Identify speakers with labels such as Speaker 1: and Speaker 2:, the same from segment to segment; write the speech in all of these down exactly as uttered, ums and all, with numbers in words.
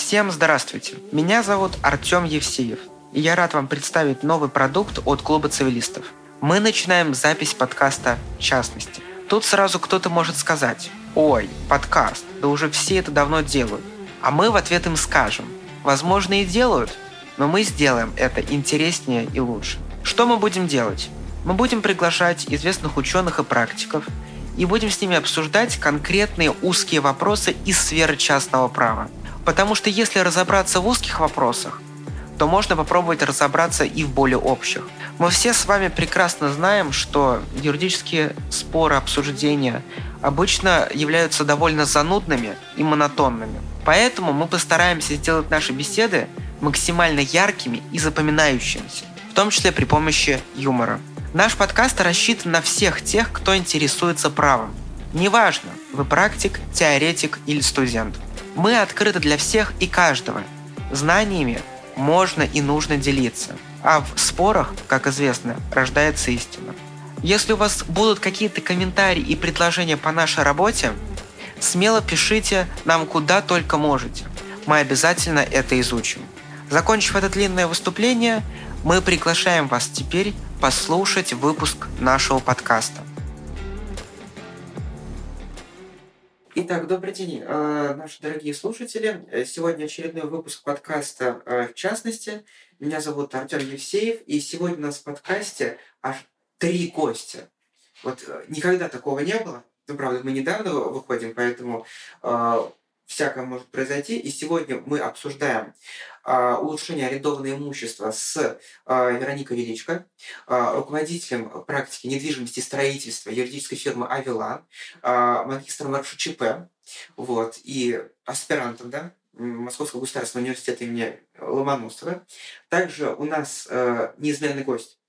Speaker 1: Всем здравствуйте! Меня зовут Артем Евсеев, и я рад вам представить новый продукт от Клуба Цивилистов. Мы начинаем запись подкаста «В частности». Тут сразу кто-то может сказать: «Ой, подкаст, да уже все это давно делают». А мы в ответ им скажем: возможно, и делают, но мы сделаем это интереснее и лучше. Что мы будем делать? Мы будем приглашать известных ученых и практиков и будем с ними обсуждать конкретные узкие вопросы из сферы частного права. Потому что если разобраться в узких вопросах, то можно попробовать разобраться и в более общих. Мы все с вами прекрасно знаем, что юридические споры, обсуждения обычно являются довольно занудными и монотонными. Поэтому мы постараемся сделать наши беседы максимально яркими и запоминающимися, в том числе при помощи юмора. Наш подкаст рассчитан на всех тех, кто интересуется правом. Неважно, вы практик, теоретик или студент. Мы открыты для всех и каждого. Знаниями можно и нужно делиться. А в спорах, как известно, рождается истина. Если у вас будут какие-то комментарии и предложения по нашей работе, смело пишите нам куда только можете. Мы обязательно это изучим. Закончив это длинное выступление, мы приглашаем вас теперь послушать выпуск нашего подкаста. Итак, добрый день, э, наши дорогие слушатели. Сегодня очередной выпуск подкаста э, «В частности». Меня зовут Артем Евсеев, и сегодня у нас в подкасте аж три гостя. Вот э, никогда такого не было. Ну, правда, мы недавно выходим, поэтому э, всякое может произойти. И сегодня мы обсуждаем э, улучшение арендованного имущества с э, Вероникой Величко, э, руководителем практики недвижимости и строительства юридической фирмы «Авилан», э, магистром РШЧП, вот, и аспирантом, да, Московского государственного университета имени Ломоносова. Также у нас э, неизменный гость,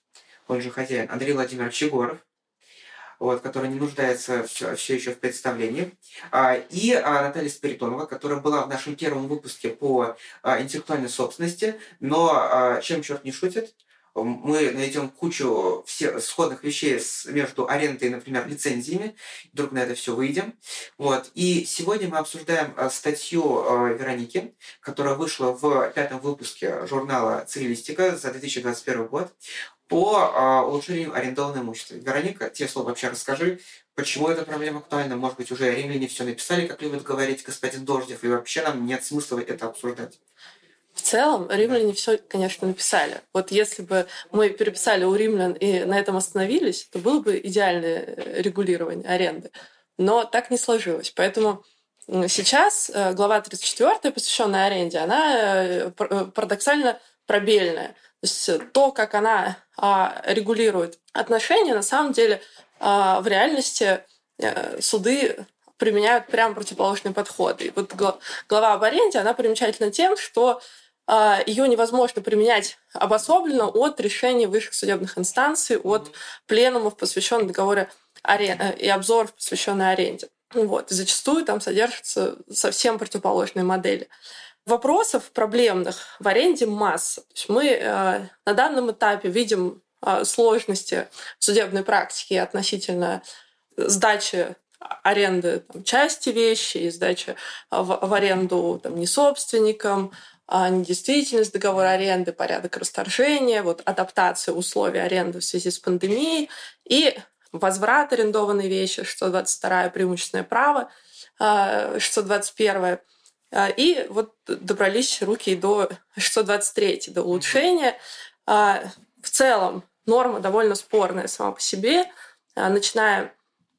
Speaker 1: он же хозяин, Андрей Владимирович Егоров, вот, который не нуждается все, все еще в представлении. А, и а, Наталья Спиридонова, которая была в нашем первом выпуске по а, интеллектуальной собственности. Но а, чем черт не шутит, мы найдем кучу всех сходных вещей с, между арендой и, например, лицензиями. Вдруг на это все выйдем. Вот. И сегодня мы обсуждаем а, статью а, Вероники, которая вышла в пятом выпуске журнала «Цивилистика» за две тысячи двадцать первый год, по э, улучшению арендованного имущества. Вероника, тебе слово вообще расскажи, почему эта проблема актуальна. Может быть, уже римляне все написали, как любит говорить господин Дождев, и вообще нам нет смысла это обсуждать.
Speaker 2: В целом, римляне все, конечно, написали. Вот если бы мы переписали у римлян и на этом остановились, то было бы идеальное регулирование аренды. Но так не сложилось. Поэтому сейчас глава тридцать четвёртая, посвященная аренде, она парадоксально пробельная. То есть то, как она а, регулирует отношения, на самом деле а, в реальности а, суды применяют прямо противоположный подход. И вот глава об аренде, она примечательна тем, что а, ее невозможно применять обособленно от решений высших судебных инстанций, от пленумов, посвященных договору аренды, и обзоров, посвященных аренде. Вот. И зачастую там содержатся совсем противоположные модели. Вопросов проблемных в аренде масса. То есть мы э, на данном этапе видим э, сложности судебной практики относительно сдачи аренды там, части вещи, сдачи в, в аренду там, не собственникам, а недействительность договора аренды, порядок расторжения, вот, адаптация условий аренды в связи с пандемией и возврат арендованной вещи, шестьсот двадцать второе преимущественное право, э, шестьсот двадцать первое. И вот добрались руки до шестьсот двадцать третьего, до улучшения. В целом норма довольно спорная сама по себе, начиная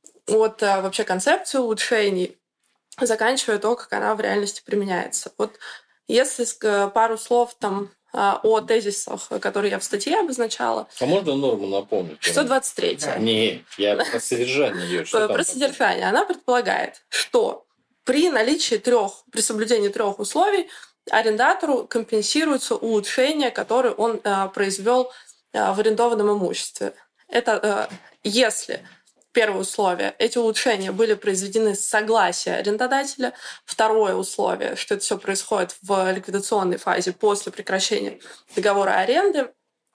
Speaker 2: от вообще концепции улучшений, заканчивая то, как она в реальности применяется. Вот если пару слов там о тезисах, которые я в статье обозначала.
Speaker 3: А можно норму напомнить?
Speaker 2: шестьсот двадцать третья.
Speaker 3: Нет, я про содержание ее.
Speaker 2: Про содержание. Она предполагает, что при наличии трех, при соблюдении трех условий арендатору компенсируется улучшение, которое он э, произвел э, в арендованном имуществе. Это э, если первое условие, эти улучшения были произведены с согласия арендодателя. Второе условие, что это все происходит в ликвидационной фазе после прекращения договора аренды.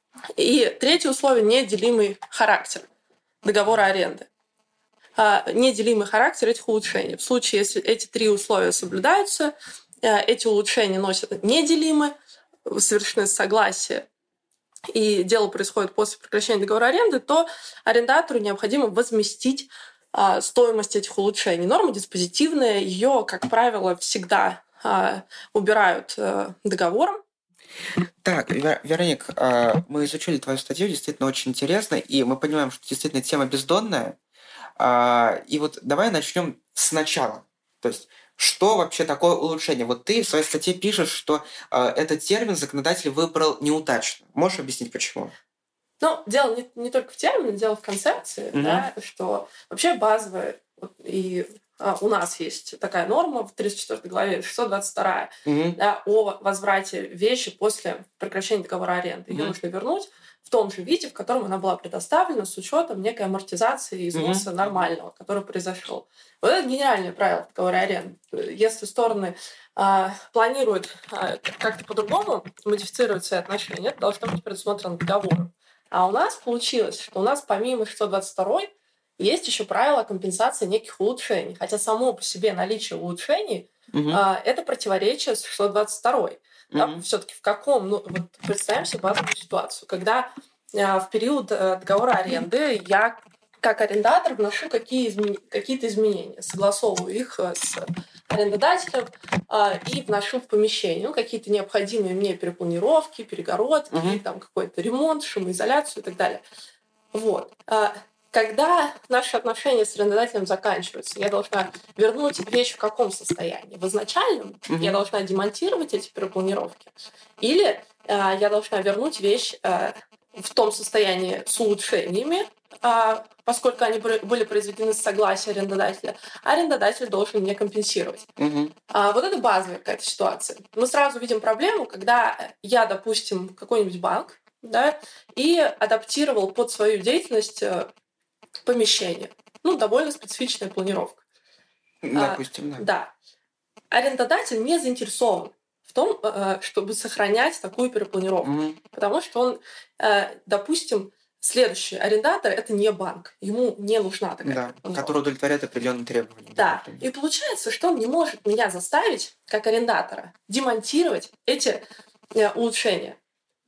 Speaker 2: И третье условие – неделимый характер договора аренды. неделимый характер этих улучшений. В случае, если эти три условия соблюдаются, эти улучшения носят неделимы, совершены согласие, и дело происходит после прекращения договора аренды, то арендатору необходимо возместить а, стоимость этих улучшений. Норма диспозитивная, ее, как правило, всегда а, убирают а, договором.
Speaker 1: Так, Вер- Вероник, а, мы изучили твою статью, действительно очень интересно, и мы понимаем, что действительно тема бездонная. А, И вот давай начнем сначала. То есть, что вообще такое улучшение? Вот ты в своей статье пишешь, что а, этот термин законодатель выбрал неудачно. Можешь объяснить, почему?
Speaker 2: Ну, дело не, не только в термине, дело в концепции,
Speaker 1: Мгм.
Speaker 2: да, что вообще базовое, вот, и а, у нас есть такая норма в тридцать четвёртой главе, шестьсот двадцать вторая,
Speaker 1: Мгм.
Speaker 2: да, о возврате вещи после прекращения договора аренды. Ее
Speaker 1: Мгм.
Speaker 2: нужно вернуть в том же виде, в котором она была предоставлена, с учетом некой амортизации и износа
Speaker 1: Мгм.
Speaker 2: нормального, который произошел. Вот это генеральное правило договора аренды. Если стороны а, планируют а, как-то по-другому модифицировать свои отношения, это должно быть предусмотрено договором. А у нас получилось, что у нас помимо шестьсот двадцать второй есть еще правило компенсации неких улучшений. Хотя само по себе наличие улучшений
Speaker 1: Мгм.
Speaker 2: а, это противоречие с шестьсот двадцать второй. Да,
Speaker 1: Мгм.
Speaker 2: все-таки в каком, ну, вот представим себе базовую ситуацию, когда а, в период а, договора аренды я как арендатор вношу какие измен- какие-то изменения, согласовываю их а, с арендодателем а, и вношу в помещение ну, какие-то необходимые мне перепланировки, перегородки,
Speaker 1: Мгм.
Speaker 2: там какой-то ремонт, шумоизоляцию и так далее. Вот. А, Когда наши отношения с арендодателем заканчиваются, я должна вернуть вещь в каком состоянии? В изначальном я
Speaker 1: Мгм.
Speaker 2: должна демонтировать эти перепланировки, или а, я должна вернуть вещь а, в том состоянии с улучшениями, а, поскольку они были были произведены с согласия арендодателя, а арендодатель должен мне компенсировать.
Speaker 1: Мгм.
Speaker 2: А, вот это базовая какая-то ситуация. Мы сразу видим проблему, когда я, допустим, какой-нибудь банк, да, и адаптировал под свою деятельность э, помещение. Ну, довольно специфичная планировка. А,
Speaker 1: Допустим, да.
Speaker 2: да. Арендодатель не заинтересован в том, э, чтобы сохранять такую перепланировку.
Speaker 1: Мгм.
Speaker 2: Потому что он, э, допустим, следующий арендатор — это не банк. Ему не нужна такая
Speaker 1: Да,
Speaker 2: перепланировка.
Speaker 1: который удовлетворяет определенным требованиям.
Speaker 2: Да,
Speaker 1: например.
Speaker 2: и получается, что он не может меня заставить, как арендатора, демонтировать эти э, улучшения,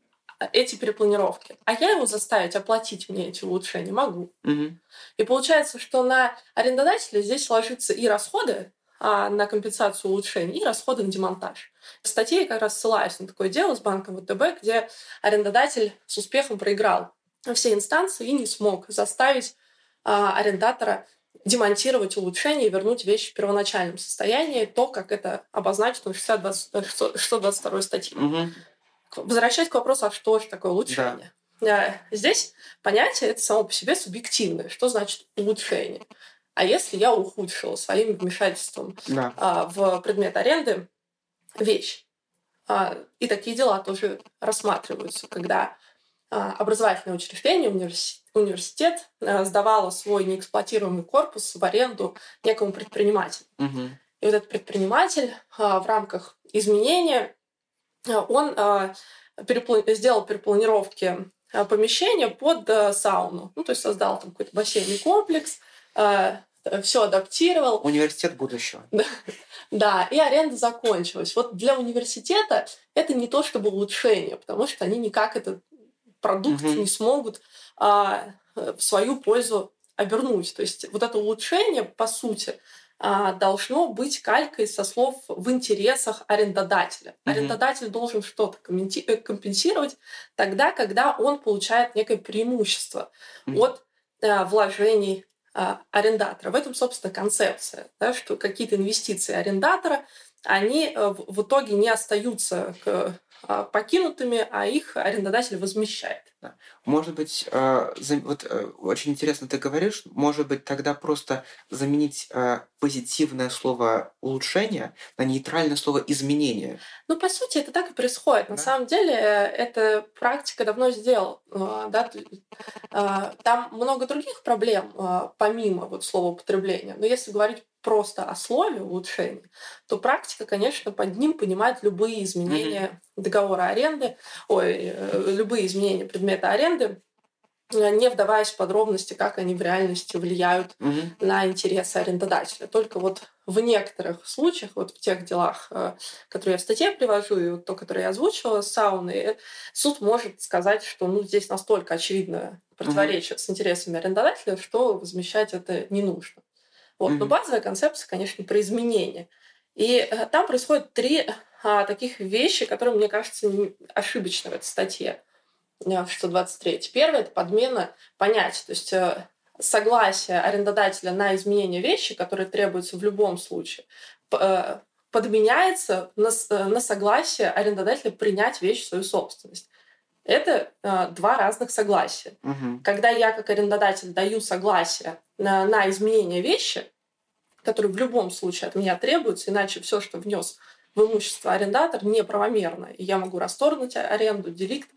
Speaker 2: э, эти перепланировки. А я его заставить оплатить мне эти улучшения могу.
Speaker 1: Мгм.
Speaker 2: И получается, что на арендодателя здесь ложатся и расходы а, на компенсацию улучшений, и расходы на демонтаж. В статье я как раз ссылаюсь на такое дело с банком ВТБ, где арендодатель с успехом проиграл все инстанции и не смог заставить а, арендатора демонтировать улучшения и вернуть вещи в первоначальном состоянии, то, как это обозначено в шестьсот двадцать второй статье.
Speaker 1: Мгм.
Speaker 2: Возвращаясь к вопросу, а что же такое улучшение? Э, Здесь понятие это само по себе субъективное. Что значит улучшение? А если я ухудшила своим вмешательством
Speaker 1: Да.
Speaker 2: а, в предмет аренды вещь? А, И такие дела тоже рассматриваются, когда а, образовательное учреждение, универси- университет а, сдавало свой неэксплуатируемый корпус в аренду некому предпринимателю.
Speaker 1: Мгм.
Speaker 2: И вот этот предприниматель а, в рамках изменения а, он а, перепла- сделал перепланировки а, помещения под а, сауну. Ну, то есть создал там какой-то бассейный комплекс, все адаптировал.
Speaker 1: Университет будущего.
Speaker 2: Да, и аренда закончилась. Вот для университета это не то чтобы улучшение, потому что они никак этот продукт
Speaker 1: Мгм.
Speaker 2: не смогут а, в свою пользу обернуть. То есть вот это улучшение, по сути, а, должно быть калькой со слов в интересах арендодателя.
Speaker 1: Мгм.
Speaker 2: Арендодатель должен что-то комменти- э, компенсировать тогда, когда он получает некое преимущество
Speaker 1: Мгм.
Speaker 2: от а, вложений а, арендатора. В этом, собственно, концепция, да, что какие-то инвестиции арендатора, они э, в в итоге не остаются к- а, покинутыми, а их арендодатель возмещает.
Speaker 1: Может быть, э, за- вот э, очень интересно ты говоришь, может быть, тогда просто заменить э, позитивное слово улучшение на нейтральное слово изменение.
Speaker 2: Ну, по сути, это так и происходит. На
Speaker 1: Да.
Speaker 2: самом деле, э, эта практика давно сделала. э, Да? т- э, Там много других проблем, э, помимо вот слова употребления. Но если говорить просто о слове улучшение, то практика, конечно, под ним понимает любые изменения договора аренды, ой, э, любые изменения предмета аренды, не вдаваясь в подробности, как они в реальности влияют
Speaker 1: Угу.
Speaker 2: на интересы арендодателя. Только вот в некоторых случаях, вот в тех делах, которые я в статье привожу, и вот то, которое я озвучила с сауной, суд может сказать, что ну, здесь настолько очевидно противоречие угу. с интересами арендодателя, что возмещать это не нужно. Вот. Угу. Но базовая концепция, конечно, про изменения. И там происходит три а, таких вещи, которые, мне кажется, ошибочны в этой статье. В сто двадцать три. Первое – это подмена понятий. То есть согласие арендодателя на изменение вещи, которые требуются в любом случае, подменяется на, на согласие арендодателя принять вещь в свою собственность. Это два разных согласия.
Speaker 1: Угу.
Speaker 2: Когда я как арендодатель даю согласие на, на изменение вещи, которые в любом случае от меня требуются, иначе все, что внес в имущество арендатор, неправомерно. И я могу расторгнуть аренду, деликт,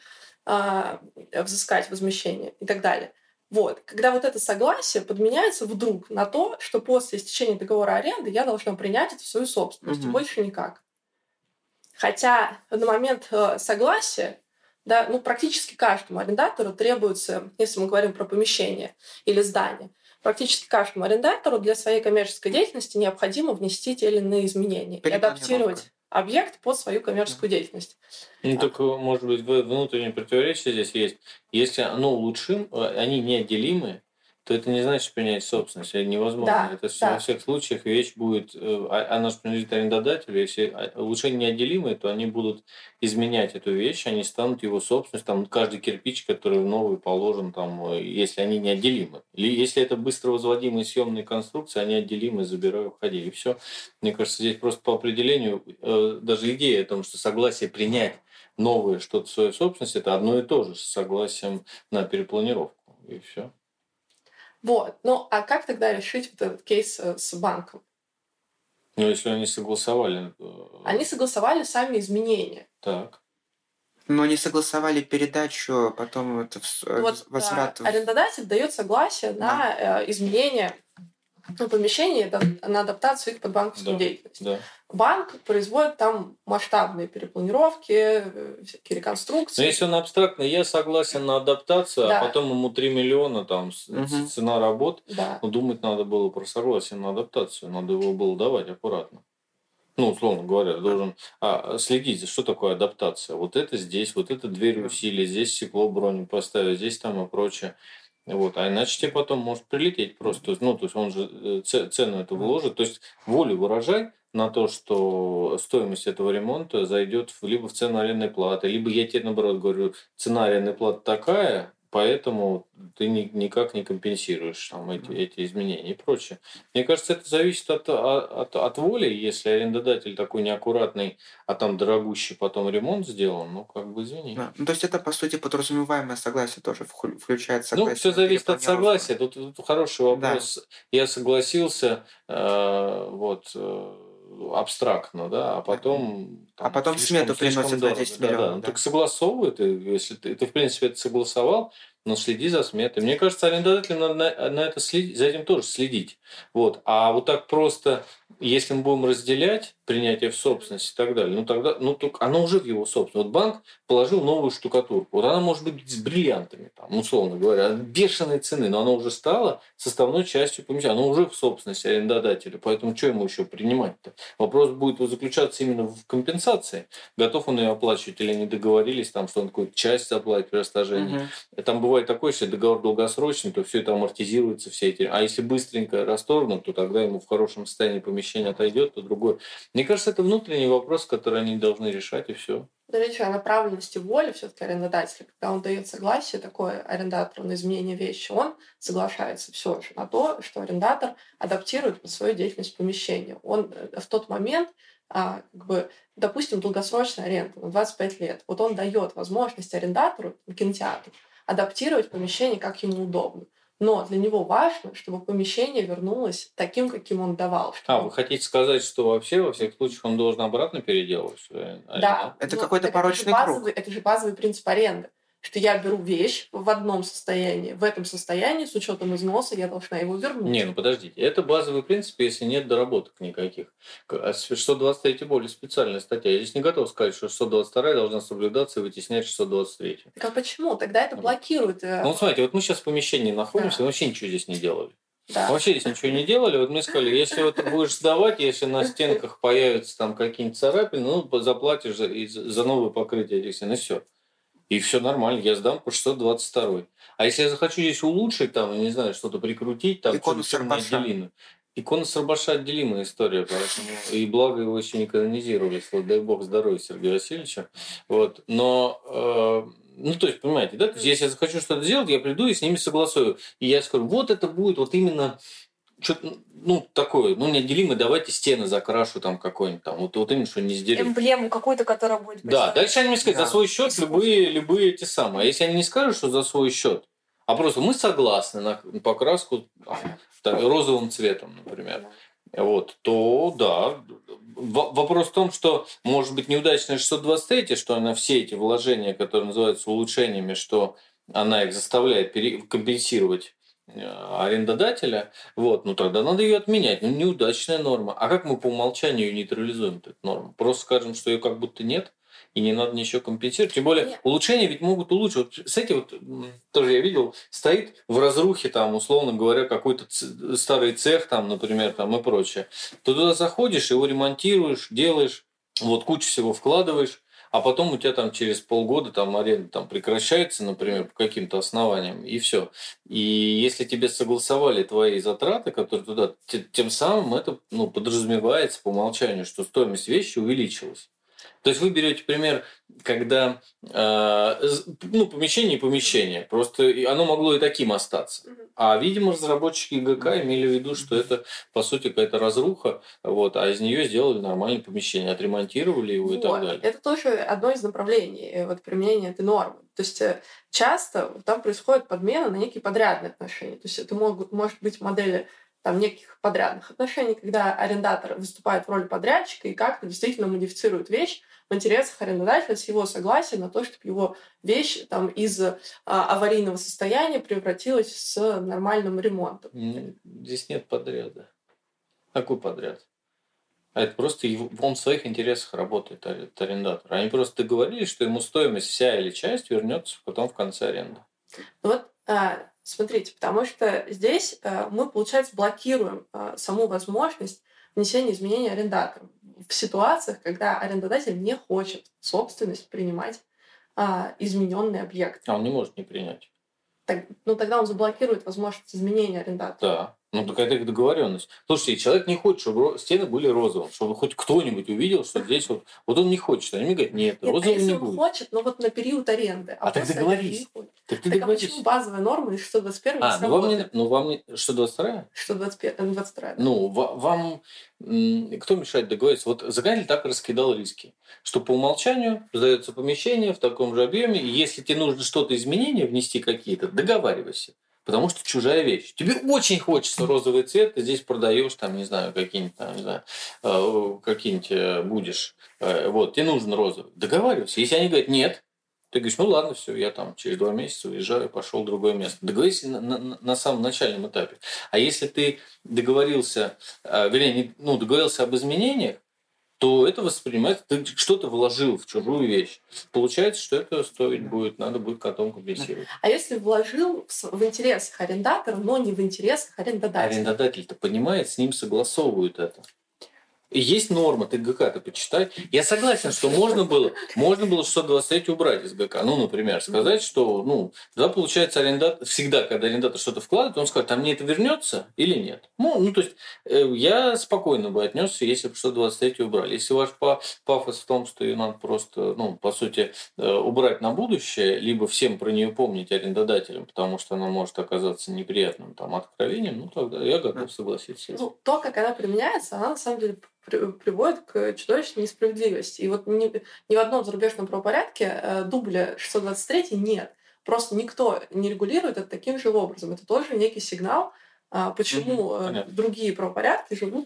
Speaker 2: взыскать возмещение и так далее. Вот. Когда вот это согласие подменяется вдруг на то, что после истечения договора аренды я должна принять это в свою собственность,
Speaker 1: Угу.
Speaker 2: больше никак. Хотя на момент согласия, да, ну, практически каждому арендатору требуется, если мы говорим про помещение или здание, практически каждому арендатору для своей коммерческой деятельности необходимо внести те или иные изменения и адаптировать объект под свою коммерческую деятельность.
Speaker 3: Ну, только, может быть, внутреннее противоречие здесь есть. Если оно улучшим, они неотделимы, то это не значит принять собственность. Это невозможно.
Speaker 2: Да,
Speaker 3: это
Speaker 2: да.
Speaker 3: во всех случаях вещь будет... Она же принадлежит арендодателю. Если улучшения неотделимые, то они будут изменять эту вещь, они станут его собственностью. Там каждый кирпич, который новый положен, там, если они неотделимы. Или если это быстро возводимые съемные конструкции, они отделимы, забираю, уходи. И все. Мне кажется, здесь просто по определению даже идея о том, что согласие принять новое что-то в свою собственность, это одно и то же с согласием на перепланировку. И все.
Speaker 2: Вот. Ну, а как тогда решить вот этот кейс с банком?
Speaker 3: Ну, если они согласовали...
Speaker 2: Они согласовали сами изменения.
Speaker 3: Так.
Speaker 1: Но не согласовали передачу, потом это
Speaker 2: вот,
Speaker 1: возврат...
Speaker 2: Да, арендодатель дает согласие да. на изменение ну, помещений, на адаптацию их под банковскую
Speaker 3: да.
Speaker 2: деятельность.
Speaker 3: Да.
Speaker 2: Банк производит там масштабные перепланировки, всякие реконструкции.
Speaker 3: Но если он абстрактный, я согласен на адаптацию,
Speaker 2: да.
Speaker 3: а потом ему три миллиона, там, угу. цена работ,
Speaker 2: да.
Speaker 3: ну, думать надо было про согласие на адаптацию, надо его было давать аккуратно. Ну, условно говоря, должен а, следить, что такое адаптация. Вот это здесь, вот это дверь усилий, здесь стекло броню поставить, здесь там и прочее. Вот. А иначе тебе потом может прилететь просто. Ну, то есть он же цену эту вложит. То есть волю выражай на то, что стоимость этого ремонта зайдет либо в цену арендной платы, либо я тебе, наоборот, говорю, цена арендной платы такая, поэтому ты никак не компенсируешь там, эти, эти изменения и прочее. Мне кажется, это зависит от, от, от воли. Если арендодатель такой неаккуратный, а там дорогущий потом ремонт сделан, ну, как бы извини.
Speaker 1: Да. Ну, то есть это, по сути, подразумеваемое согласие тоже включает согласие.
Speaker 3: Ну, все зависит от согласия. Тут, тут хороший вопрос. Да. Я согласился, э, вот, э, абстрактно, да, а потом...
Speaker 1: Там, а потом слишком, смету приносят на десять миллионов.
Speaker 3: Да, да.
Speaker 1: Да.
Speaker 3: Ну, так согласовывай ты, если ты, ты, в принципе, это согласовал, но следи за сметой. Мне кажется, арендодателям надо на, на это следить, за этим тоже следить. Вот. А вот так просто, если мы будем разделять принятие в собственность и так далее, ну тогда, ну только оно уже в его собственности. Вот банк положил новую штукатурку. Вот она может быть с бриллиантами, там, условно говоря, бешеной цены, но она уже стала составной частью помещения. Она уже в собственности арендодателя. Поэтому что ему еще принимать-то? Вопрос будет заключаться именно в компенсации. Готов он ее оплачивать или не договорились, там, что он какую-то часть оплатит при расторжении. Угу. Там бывает такое, если договор долгосрочный, то все это амортизируется, все эти. А если быстренько расторгнут, то тогда ему в хорошем состоянии помещение отойдет, то другое. Мне кажется, это внутренний вопрос, который они должны решать, и все.
Speaker 2: Речь о направленности воли все-таки арендодателя. Когда он дает согласие такое арендатору на изменение вещи, он соглашается все же на то, что арендатор адаптирует под свою деятельность помещения. Он в тот момент, а, как бы, допустим, долгосрочная аренда на двадцать пять лет, вот он дает возможность арендатору, кинотеатру, адаптировать помещение как ему удобно. Но для него важно, чтобы помещение вернулось таким, каким он давал.
Speaker 3: А, вы хотите сказать, что вообще во всех случаях он должен обратно переделывать?
Speaker 2: Да.
Speaker 1: Это
Speaker 2: ну,
Speaker 1: какой-то
Speaker 2: это
Speaker 1: порочный
Speaker 2: же базовый,
Speaker 1: круг.
Speaker 2: Это же базовый принцип аренды. что я беру вещь в одном состоянии, в этом состоянии, с учетом износа, я должна его вернуть.
Speaker 3: Не, ну подождите. Это базовый принцип, если нет доработок никаких. К- шестьсот двадцать третья более специальная статья. Я здесь не готов сказать, что шестьсот двадцать вторая должна соблюдаться и вытеснять шестьсот двадцать третью.
Speaker 2: Так а почему? Тогда это блокирует. э,
Speaker 3: Ну, вот смотрите, вот мы сейчас в помещении находимся,
Speaker 2: Да.
Speaker 3: мы вообще ничего здесь не делали.
Speaker 2: Да.
Speaker 3: Вообще здесь ничего не делали. Вот мне сказали, если вот ты будешь сдавать, если на стенках появятся там какие-нибудь царапины, ну, заплатишь за, и за за новое покрытие этих стен, и все. И все нормально, я сдам по шестьсот двадцать второй. А если я захочу здесь улучшить, там, не знаю, что-то прикрутить, там,
Speaker 1: Икону
Speaker 3: что-то темное
Speaker 1: Сарбаша.
Speaker 3: отделимое. Икона Сарбаша отделимая история, поэтому и благо его еще не канонизировали, вот, дай бог здоровья Сергею Васильевичу. Вот. Но, э, ну, то есть, понимаете, да, то есть, если я захочу что-то сделать, я приду и с ними согласую. И я скажу, вот это будет вот именно что-то, ну, такое, ну, неотделимое, давайте стены закрашу там какой-нибудь там, вот, вот именно, что не с дерева.
Speaker 4: Эмблему какую-то, которая будет...
Speaker 3: Да,
Speaker 4: представлять.
Speaker 3: дальше они мне скажут,
Speaker 1: Да.
Speaker 3: за свой счет любые, любые эти самые. А если они не скажут, что за свой счет, а просто мы согласны на покраску а, так, розовым цветом, например, вот, то да. В- Вопрос в том, что может быть неудачная шестьсот двадцать третья, что она все эти вложения, которые называются улучшениями, что она их заставляет пере- компенсировать э, арендодателя, вот, ну тогда надо ее отменять. Ну, неудачная норма. А как мы по умолчанию ее нейтрализуем, эту норму? Просто скажем, что ее как будто нет, и не надо ничего компенсировать. Тем более,
Speaker 2: Нет.
Speaker 3: улучшения ведь могут улучшить. Вот, кстати, вот м, тоже я видел, стоит в разрухе, там, условно говоря, какой-то ц- старый цех, там, например, там, и прочее. Ты туда заходишь, его ремонтируешь, делаешь, вот кучу всего вкладываешь, а потом у тебя там через полгода там аренда там прекращается, например, по каким-то основаниям, и все. И если тебе согласовали твои затраты, которые туда, те- тем самым это ну, подразумевается по умолчанию, что стоимость вещи увеличилась. То есть вы берете пример, когда э, з- ну, помещение и помещение, просто и оно могло и таким остаться.
Speaker 2: Мгм.
Speaker 3: А, видимо, разработчики ГК имели в виду, что это, по сути, какая-то разруха, вот, а из нее сделали нормальное помещение, отремонтировали его и так
Speaker 2: Вот.
Speaker 3: далее.
Speaker 2: Это тоже одно из направлений э, вот, применения этой нормы. То есть э, часто там происходит подмена на некие подрядные отношения. То есть это могут, может быть модели там, неких подрядных отношений, когда арендатор выступает в роли подрядчика и как-то действительно модифицирует вещь в интересах арендодателя с его согласия на то, чтобы его вещь там, из а, аварийного состояния превратилась с нормальным ремонтом.
Speaker 3: М, Здесь нет подряда. Какой подряд? А это просто его- он в своих интересах работает, а- этот арендатор. Они просто договорились, что ему стоимость вся или часть вернется потом в конце аренды.
Speaker 2: Ну вот, а, смотрите, потому что здесь а, мы, получается, блокируем а, саму возможность внесения изменений арендаторам в ситуациях, когда арендодатель не хочет в собственность принимать а, измененный объект.
Speaker 3: А он не может не принять.
Speaker 2: Так, ну тогда он заблокирует возможность изменения арендатора.
Speaker 3: Да. Ну, так это их договоренность. Слушайте, человек не хочет, чтобы ро- стены были розовым, чтобы хоть кто-нибудь увидел, что здесь вот... Вот он не хочет. Они говорят, нет,
Speaker 2: Нет, а
Speaker 3: розовый
Speaker 2: если
Speaker 3: не
Speaker 2: он
Speaker 3: будет.
Speaker 2: хочет, но вот на период аренды.
Speaker 3: А так
Speaker 2: после
Speaker 3: договорись.
Speaker 2: аренды не хочет.
Speaker 3: Так ты
Speaker 2: Так а
Speaker 3: договорись.
Speaker 2: почему базовая норма из шестьсот двадцать первого
Speaker 3: А,
Speaker 2: не
Speaker 3: ну вам не...
Speaker 2: сработает?
Speaker 3: Ну, вам не... Что, двадцать вторая?
Speaker 2: Что двадцать первая, двадцать вторая, да.
Speaker 3: Ну, ва- вам м, кто мешает договориться? Вот законодатель так раскидал риски, что по умолчанию сдается помещение в таком же объеме, и если тебе нужно что-то изменения внести какие-то, договаривайся. Потому что чужая вещь. Тебе очень хочется розовый цвет, ты здесь продаешь, там, не знаю, какие-нибудь, там, не знаю, э, какие-нибудь э, будешь. Э, Вот, тебе нужен розовый. Договаривайся. Если они говорят нет, ты говоришь, ну ладно, все, я там через два месяца уезжаю, пошел в другое место. Договорись на, на- на самом начальном этапе. А если ты договорился, э, вернее, не- ну, договорился об изменениях, то это воспринимается, ты что-то вложил в чужую вещь. Получается, что это стоить будет, надо будет потом компенсировать.
Speaker 2: А если вложил в, с- в интересах арендатора, но не в интересах арендодателя?
Speaker 3: Арендодатель-то понимает, с ним согласовывают это. И есть норма, ты ГК-то почитай. Я согласен, что можно было, можно было шестьсот двадцать три убрать из ГК. Ну, например, сказать, что, ну, тогда получается арендатор, всегда, когда арендатор что-то вкладывает, он скажет, а мне это вернется или нет. Ну, ну то есть, э, я спокойно бы отнесся, если бы шестьсот двадцать три убрали. Если ваш па- пафос в том, что ее надо просто, ну, по сути, э, убрать на будущее, либо всем про нее помнить арендодателям, потому что она может оказаться неприятным там откровением, ну, тогда я готов согласиться с этим.
Speaker 2: Ну, то, как она применяется, она на самом деле при- приводит к чудовищной несправедливости. И вот ни, ни в одном зарубежном правопорядке э, дубля шестьсот двадцать три нет. Просто никто не регулирует это таким же образом. Это тоже некий сигнал почему
Speaker 3: mm-hmm.
Speaker 2: другие правопорядки живут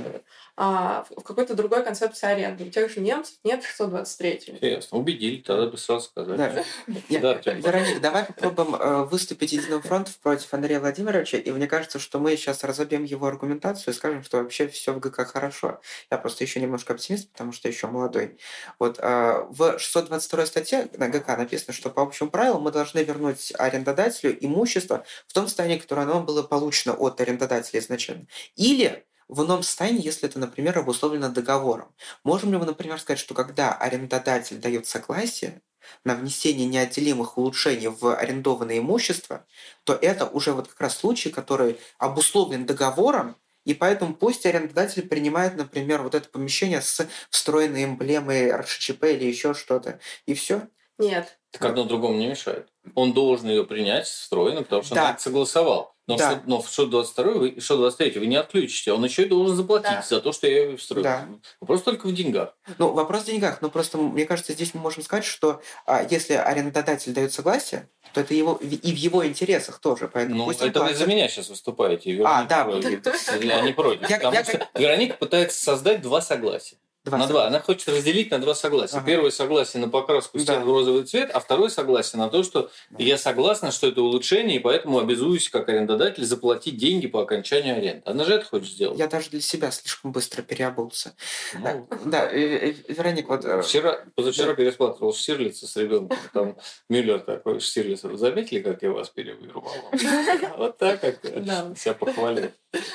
Speaker 2: в какой-то другой концепции аренды. У тех же немцев нет шестьсот двадцать третьего.
Speaker 3: Ясно. Убедили, тогда бы сразу сказать.
Speaker 1: Да.
Speaker 3: Да,
Speaker 1: Вероник, давай попробуем выступить единым фронтом против Андрея Владимировича, и мне кажется, что мы сейчас разобьем его аргументацию и скажем, что вообще все в ГК хорошо. Я просто еще немножко оптимист, потому что еще молодой. Вот в шестьсот двадцать второй статье на ГК написано, что по общему правилу мы должны вернуть арендодателю имущество в том состоянии, которое оно было получено от арендодателя изначально. Или в ином состоянии, если это, например, обусловлено договором. Можем ли мы, например, сказать, что когда арендодатель дает согласие на внесение неотделимых улучшений в арендованное имущество, то это уже вот как раз случай, который обусловлен договором, и поэтому пусть арендодатель принимает, например, вот это помещение с встроенной эмблемой эр эш че пэ или еще что-то, и все.
Speaker 2: Нет.
Speaker 3: Так одно другому не мешает. Он должен ее принять встроенно, потому что
Speaker 1: да.
Speaker 3: он это согласовал. Но,
Speaker 1: да.
Speaker 3: в, но в шестьсот двадцать второй и шестьсот двадцать третий вы не отключите. Он еще и должен заплатить да. за то, что я ее встроил.
Speaker 1: Да.
Speaker 3: Вопрос только в деньгах.
Speaker 1: Ну, вопрос в деньгах. Но просто, мне кажется, здесь мы можем сказать, что а, если арендодатель дает согласие, то это его, и в его интересах тоже. Поэтому
Speaker 3: ну,
Speaker 1: пусть
Speaker 3: это вы
Speaker 1: платит.
Speaker 3: за меня сейчас выступаете. Вероника,
Speaker 1: а, да.
Speaker 3: Они против. Потому что Вероника пытается создать два согласия. Два на согласия. два. Она хочет разделить на два согласия. Ага. Первое согласие на покраску стен да. в розовый цвет, а второе согласие на то, что да. я согласна, что это улучшение, и поэтому обязуюсь как арендодатель заплатить деньги по окончанию аренды. Она же это хочет сделать.
Speaker 1: Я даже для себя слишком быстро переобулся.
Speaker 3: Ну,
Speaker 1: да, Вероник, вот...
Speaker 3: Вчера, позавчера да. пересматривал Штирлица с ребенком. Там Мюллер такой, Штирлиц, вы заметили, как я вас перевырвал? Вот так как себя похвалил.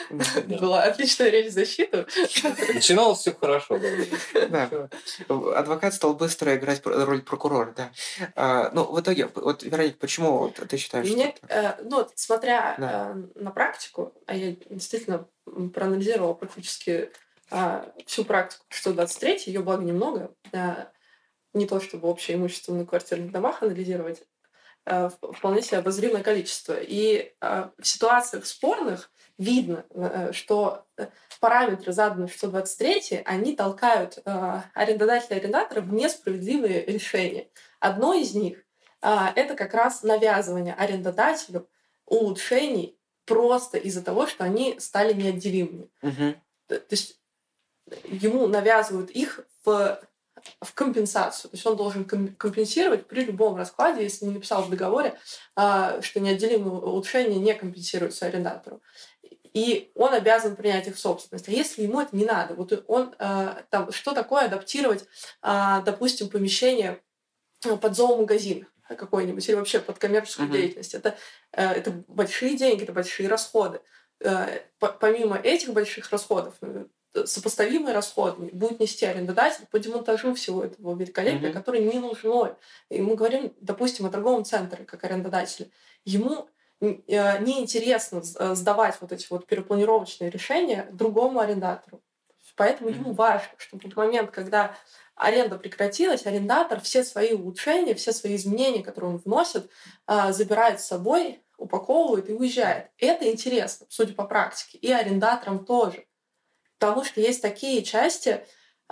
Speaker 2: Была отличная речь в защиту.
Speaker 3: Начиналось все хорошо.
Speaker 1: Да. Адвокат стал быстро играть роль прокурора, да. А, ну, в итоге, вот, Вероник, почему вот, ты считаешь,
Speaker 2: Мне,
Speaker 1: что...
Speaker 2: э, ну, смотря
Speaker 1: да.
Speaker 2: э, на практику, а я действительно проанализировала практически э, всю практику шестьсот двадцать три, ее, благо, немного. Э, не то, чтобы общее имущество на квартирных домах анализировать, э, вполне себе обозримое количество. И э, в ситуациях спорных видно, э, что параметры, заданные в шестьсот двадцать три, они толкают э, арендодателя и арендатора в несправедливые решения. Одно из них э, – это как раз навязывание арендодателю улучшений просто из-за того, что они стали неотделимыми.
Speaker 1: Угу.
Speaker 2: То есть ему навязывают их в, в компенсацию. То есть он должен компенсировать при любом раскладе, если не написал в договоре, э, что неотделимые улучшения не компенсируются арендатору. И он обязан принять их в собственность. А если ему это не надо, вот он э, там, что такое адаптировать, э, допустим, помещение под зоомагазин какой-нибудь или вообще под коммерческую mm-hmm. деятельность. Это, э, это большие деньги, это большие расходы. Э, по- помимо этих больших расходов, сопоставимые расходы будет нести арендодатель по демонтажу всего этого великолепия, mm-hmm. который не нужно. И мы говорим, допустим, о торговом центре как арендодателе. Ему неинтересно сдавать вот эти вот перепланировочные решения другому арендатору. Поэтому ему важно, чтобы в момент, когда аренда прекратилась, арендатор все свои улучшения, все свои изменения, которые он вносит, забирает с собой, упаковывает и уезжает. Это интересно, судя по практике, и арендаторам тоже. Потому что есть такие части,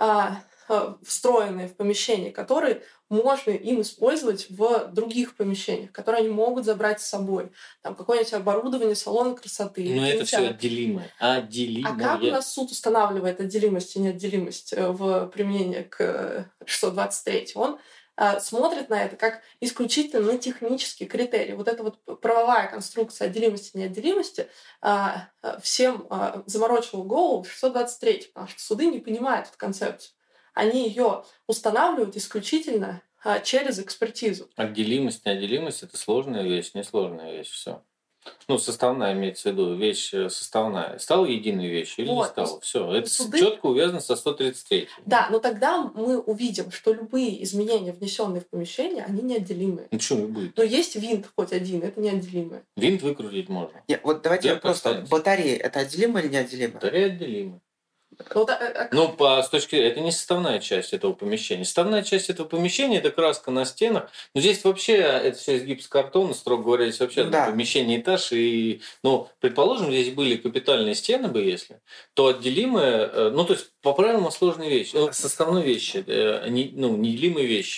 Speaker 2: встроенные в помещение, которые можно им использовать в других помещениях, которые они могут забрать с собой. Там какое-нибудь оборудование салона красоты.
Speaker 3: Но это все отделимое. Отделимое.
Speaker 2: А как у нас суд устанавливает отделимость и неотделимость в применении к шестьсот двадцать три? Он а, смотрит на это как исключительно на технические критерии. Вот эта вот правовая конструкция отделимости и неотделимости а, всем а, заморочила голову в шестьсот двадцать три, потому что суды не понимают эту концепцию. Они ее устанавливают исключительно а, через экспертизу.
Speaker 3: Отделимость, неотделимость – это сложная вещь, несложная вещь, все. Ну, составная имеется в виду, вещь составная. Стала единой вещью или вот, не стала? Все, это суды... четко увязано со сто тридцать третьим.
Speaker 2: Да, но тогда мы увидим, что любые изменения, внесенные в помещение, они неотделимые.
Speaker 3: Ну, что будет?
Speaker 2: Но есть винт хоть один, это неотделимое.
Speaker 3: Винт выкрутить можно.
Speaker 1: Нет, вот давайте
Speaker 3: Вверх
Speaker 1: просто,
Speaker 3: поставить.
Speaker 1: Батареи – это отделимо или неотделимо?
Speaker 3: Батарея отделима.
Speaker 2: Вот, а, а...
Speaker 3: Ну, по, с точки зрения, это не составная часть этого помещения. Составная часть этого помещения – это краска на стенах. Но здесь вообще это все из гипсокартона, строго говоря, здесь вообще да. помещение этаж. И, ну, предположим, здесь были капитальные стены бы, если, то отделимые, ну, то есть по правилам сложные вещи, составные вещи, не, ну, неделимые вещи.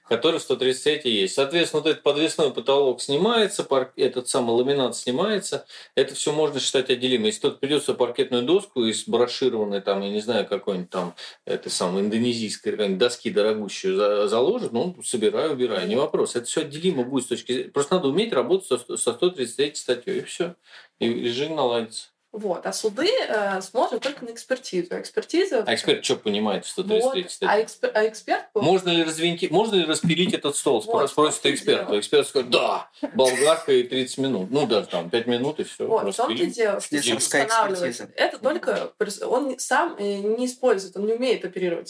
Speaker 3: который в сто тридцать третьей есть. Соответственно, вот этот подвесной потолок снимается, пар... этот самый ламинат снимается, это все можно считать отделимым. Если кто-то придется паркетную доску из брошированной, там, я не знаю, какой-нибудь там, этой самой индонезийской какой-нибудь доски дорогущую за... заложит, ну, собираю, убираю, не вопрос. Это все отделимо будет с точки зрения... Просто надо уметь работать со сто тридцать третьей статьей, и все. И режим наладится.
Speaker 2: Вот. А суды э, смотрят только на экспертизу. Экспертиза...
Speaker 3: А эксперт что понимает в сто тридцать третьей
Speaker 2: вот.
Speaker 3: статье?
Speaker 2: А, экспер... а эксперт...
Speaker 3: Можно ли развинтить, можно ли распилить этот стол? Вот, спросит эксперт. Эксперт скажет, да, болгарка и тридцать минут. Ну, даже там пять минут и все.
Speaker 2: Вот, в том-то и дело, что здесь устанавливает. Это только... Он сам не использует, он не умеет оперировать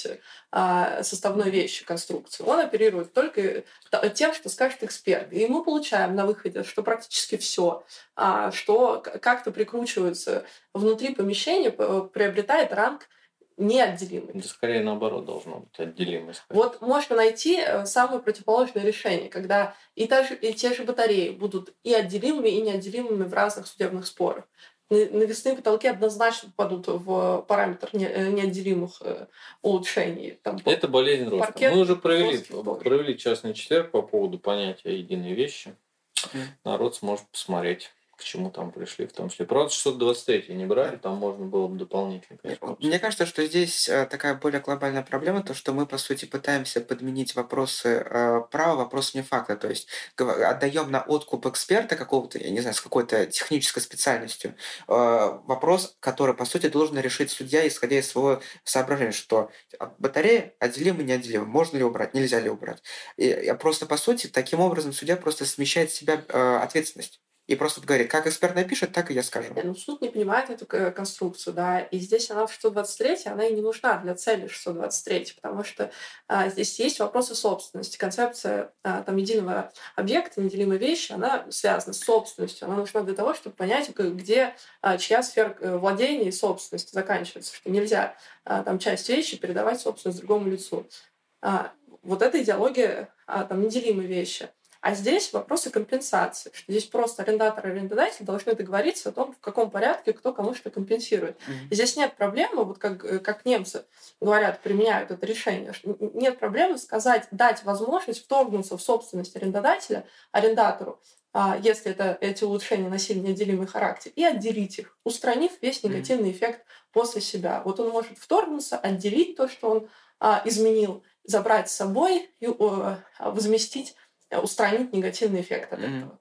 Speaker 2: а, составной вещью, конструкцию. Он оперирует только тем, что скажет эксперт. И мы получаем на выходе, что практически все, а, что как-то прикручивается внутри помещения, приобретает ранг неотделимый.
Speaker 3: Да, скорее наоборот должно быть отделимый.
Speaker 2: Вот можно найти самое противоположное решение, когда и, та же, и те же батареи будут и отделимыми, и неотделимыми в разных судебных спорах. Навесные потолки однозначно попадут в параметр неотделимых улучшений. Там,
Speaker 3: это болезнь роста. Паркет, Мы уже провели, провели частный четверг по поводу понятия единой вещи. Mm. Народ сможет посмотреть, к чему там пришли, в том числе. Правда, шестьсот двадцать три не брали, там можно было бы дополнительно, конечно.
Speaker 1: Мне кажется, что здесь такая более глобальная проблема, то, что мы, по сути, пытаемся подменить вопросы э, права вопросами факта, то есть отдаем на откуп эксперта какого-то, я не знаю, с какой-то технической специальностью, э, вопрос, который, по сути, должен решить судья, исходя из своего соображения, что батарея отделима, неотделима, можно ли убрать, нельзя ли убрать. И, и просто, по сути, таким образом судья просто смещает с себя э, ответственность. И просто говорит, как эксперт напишет, так и я скажу.
Speaker 2: Ну, суд не понимает эту конструкцию, да, и здесь она в шестьсот двадцать третьей, она и не нужна для цели шестьсот двадцать третьей, потому что а, здесь есть вопросы собственности. Концепция а, там, единого объекта, неделимой вещи, она связана с собственностью. Она нужна для того, чтобы понять, где а, чья сфера владения и собственности заканчивается, что нельзя а, там, часть вещи передавать собственность другому лицу. А, вот эта идеология а, там, неделимой вещи. А здесь вопросы компенсации, что здесь просто арендатор и арендодатель должны договориться о том, в каком порядке кто кому что компенсирует. Mm-hmm. И здесь нет проблемы, вот как, как немцы говорят, применяют это решение, что нет проблемы сказать, дать возможность вторгнуться в собственность арендодателя, арендатору, если это, эти улучшения носили неотделимый характер, и отделить их, устранив весь негативный mm-hmm. эффект после себя. Вот он может вторгнуться, отделить то, что он а, изменил, забрать с собой и а, возместить, устранить негативный эффект от этого.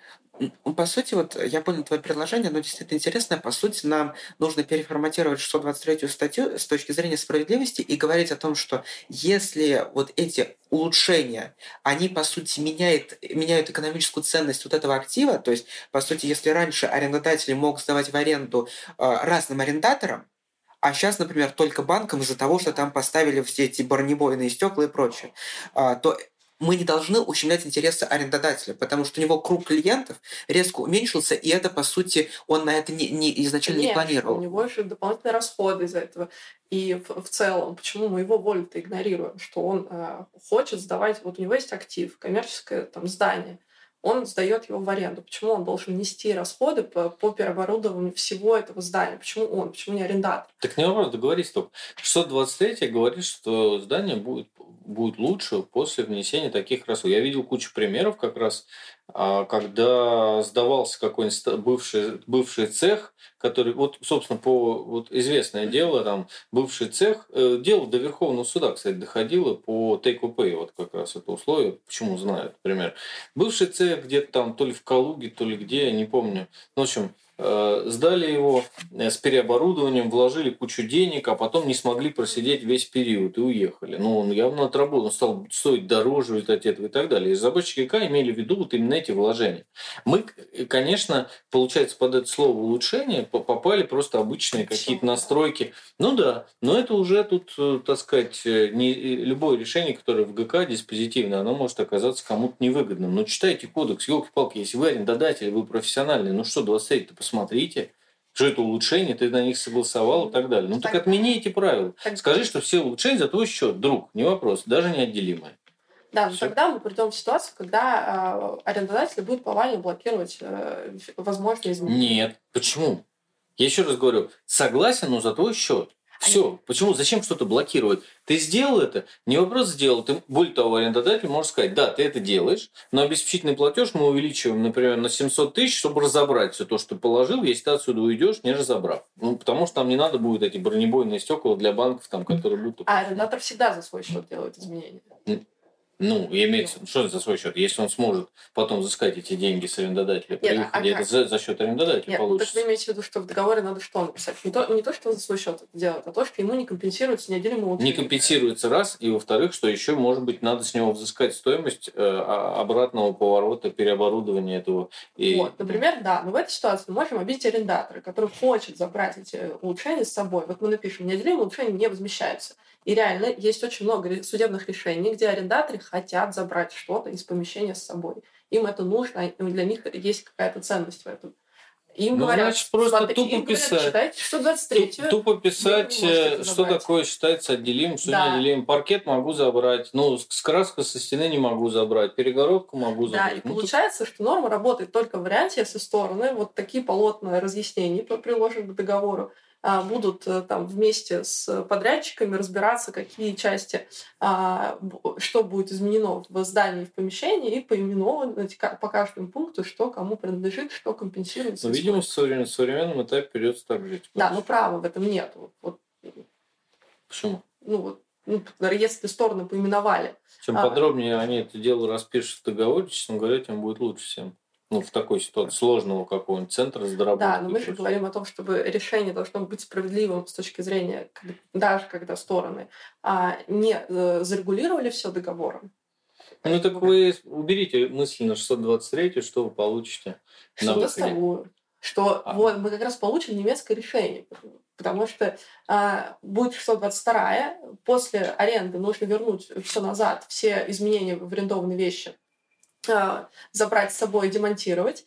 Speaker 1: По сути, вот я понял твое предложение, оно действительно интересное. По сути, нам нужно переформатировать шестьсот двадцать третью статью с точки зрения справедливости и говорить о том, что если вот эти улучшения, они, по сути, меняют, меняют экономическую ценность вот этого актива, то есть, по сути, если раньше арендодатель мог сдавать в аренду э, разным арендаторам, а сейчас, например, только банкам из-за того, что там поставили все эти бронебойные стекла и прочее, э, то мы не должны ущемлять интересы арендодателя, потому что у него круг клиентов резко уменьшился, и это, по сути, он на это не, не, изначально
Speaker 2: Конечно,
Speaker 1: не планировал.
Speaker 2: У него же дополнительные расходы из-за этого. И в, в целом, почему мы его волю-то игнорируем? Что он э, хочет сдавать... Вот у него есть актив, коммерческое там, здание. Он сдает его в аренду. Почему он должен нести расходы по, по переоборудованию всего этого здания? Почему он? Почему не арендатор?
Speaker 3: Так не вопрос, договорись только. шестьсот двадцать три говорит, что здание будет, будет лучше после внесения таких расходов. Я видел кучу примеров как раз, когда сдавался какой-нибудь бывший, бывший цех, который, вот, собственно, по вот, известное дело, там, бывший цех, э, дело до Верховного суда, кстати, доходило по take-or-pay, вот как раз это условие, почему знают, например. Бывший цех где-то там, то ли в Калуге, то ли где, я не помню. В общем, э, сдали его с переоборудованием, вложили кучу денег, а потом не смогли просидеть весь период и уехали. Ну, он явно отработал, он стал стоить дороже от этого и так далее. И разработчики ГК имели в виду вот именно эти вложения. Мы, конечно, получается, под это слово улучшение попали просто обычные какие-то настройки. Ну да, но это уже тут, так сказать, не, любое решение, которое в ГК диспозитивное, оно может оказаться кому-то невыгодным. Но читайте кодекс, елки-палки, если вы арендодатель, вы профессиональный, ну что, двадцать три-то посмотрите, что это улучшение, ты на них согласовал и так далее. Ну так, так отмени эти правила. Так... Скажи, что все улучшения за твой счет, друг, не вопрос, даже неотделимые.
Speaker 2: Да, но тогда мы придем в ситуацию, когда э, арендодатели будут повально блокировать э, возможные изменения.
Speaker 3: Нет. Почему? Я еще раз говорю, согласен, но за твой счет. Все.
Speaker 2: Они-
Speaker 3: Почему? Зачем что-то блокировать? Ты сделал это, не вопрос сделал. Ты, более того, арендодатель может сказать, да, ты это делаешь, но обеспечительный платеж мы увеличиваем, например, на семьсот тысяч, чтобы разобрать все то, что ты положил, если ты отсюда уйдешь, не разобрав. Ну, потому что там не надо будет эти бронебойные стекла для банков, там, которые будут...
Speaker 2: А арендатор всегда за свой счет делает изменения.
Speaker 3: Ну, имеется, что за свой счет? Если он сможет потом взыскать эти деньги с арендодателя при
Speaker 2: Нет, а
Speaker 3: выходе, это
Speaker 2: как?
Speaker 3: за, за счет арендодателя
Speaker 2: Нет, ну, так
Speaker 3: получится.
Speaker 2: вы имеете в виду, что в договоре надо что написать? Не то, не то, что он за свой счет это делает, а то, что ему не компенсируется неотделимый улучшение.
Speaker 3: Не компенсируется раз, и во-вторых, что еще, может быть, надо с него взыскать стоимость э, а- обратного поворота, переоборудования этого. И...
Speaker 2: Вот, например, да. Но в этой ситуации мы можем обидеть арендатора, который хочет забрать эти улучшения с собой. Вот мы напишем, неотделимые улучшения не возмещаются. И реально есть очень много ре- судебных решений, где арендаторы хотят забрать что-то из помещения с собой. Им это нужно, и для них есть какая-то ценность в этом. Им
Speaker 3: Ну,
Speaker 2: говорят,
Speaker 3: значит, просто
Speaker 2: смотри,
Speaker 3: тупо
Speaker 2: им говорят,
Speaker 3: писать.
Speaker 2: читайте сто двадцать третью.
Speaker 3: Ту- Тупо писать,
Speaker 2: вы не можете это
Speaker 3: э, что
Speaker 2: забрать.
Speaker 3: такое считается отделимым, что
Speaker 2: Да.
Speaker 3: неотделимым. Паркет могу забрать, ну, с с краской со стены не могу забрать, перегородку могу
Speaker 2: Да,
Speaker 3: забрать.
Speaker 2: и
Speaker 3: Ну,
Speaker 2: получается, что норма работает только в варианте, если стороны вот такие полотна разъяснений по- приложены к договору, а, будут э, там вместе с подрядчиками разбираться, какие части, а, бу- что будет изменено в здании, в помещении, и поименовывать ка- по каждому пункту, что кому принадлежит, что компенсируется.
Speaker 3: ну,
Speaker 2: и
Speaker 3: видимо, в
Speaker 2: сколько.
Speaker 3: современном, в современном этапе придется так жить.
Speaker 2: Да, но права в этом нет. Вот, вот,
Speaker 3: Почему?
Speaker 2: ну, вот, ну, если стороны поименовали.
Speaker 3: Чем
Speaker 2: А.
Speaker 3: подробнее они это дело распишут в договоре, честно говоря, тем будет лучше всем. Ну, в такой ситуации сложного какого-нибудь центра с доработкой.
Speaker 2: Да, но мы
Speaker 3: и
Speaker 2: же
Speaker 3: прочее.
Speaker 2: говорим о том, чтобы решение должно быть справедливым с точки зрения, как- даже когда стороны а, не э, зарегулировали все договором.
Speaker 3: Ну, так вы уберите мысленно шестьсот двадцать три, что вы получите
Speaker 2: Что
Speaker 3: на выходе.
Speaker 2: доставую. Что
Speaker 3: А.
Speaker 2: вот мы как раз получим немецкое решение. Потому что а, будет шестьсот двадцать два, после аренды нужно вернуть все назад, все изменения в арендованные вещи а, забрать с собой и демонтировать.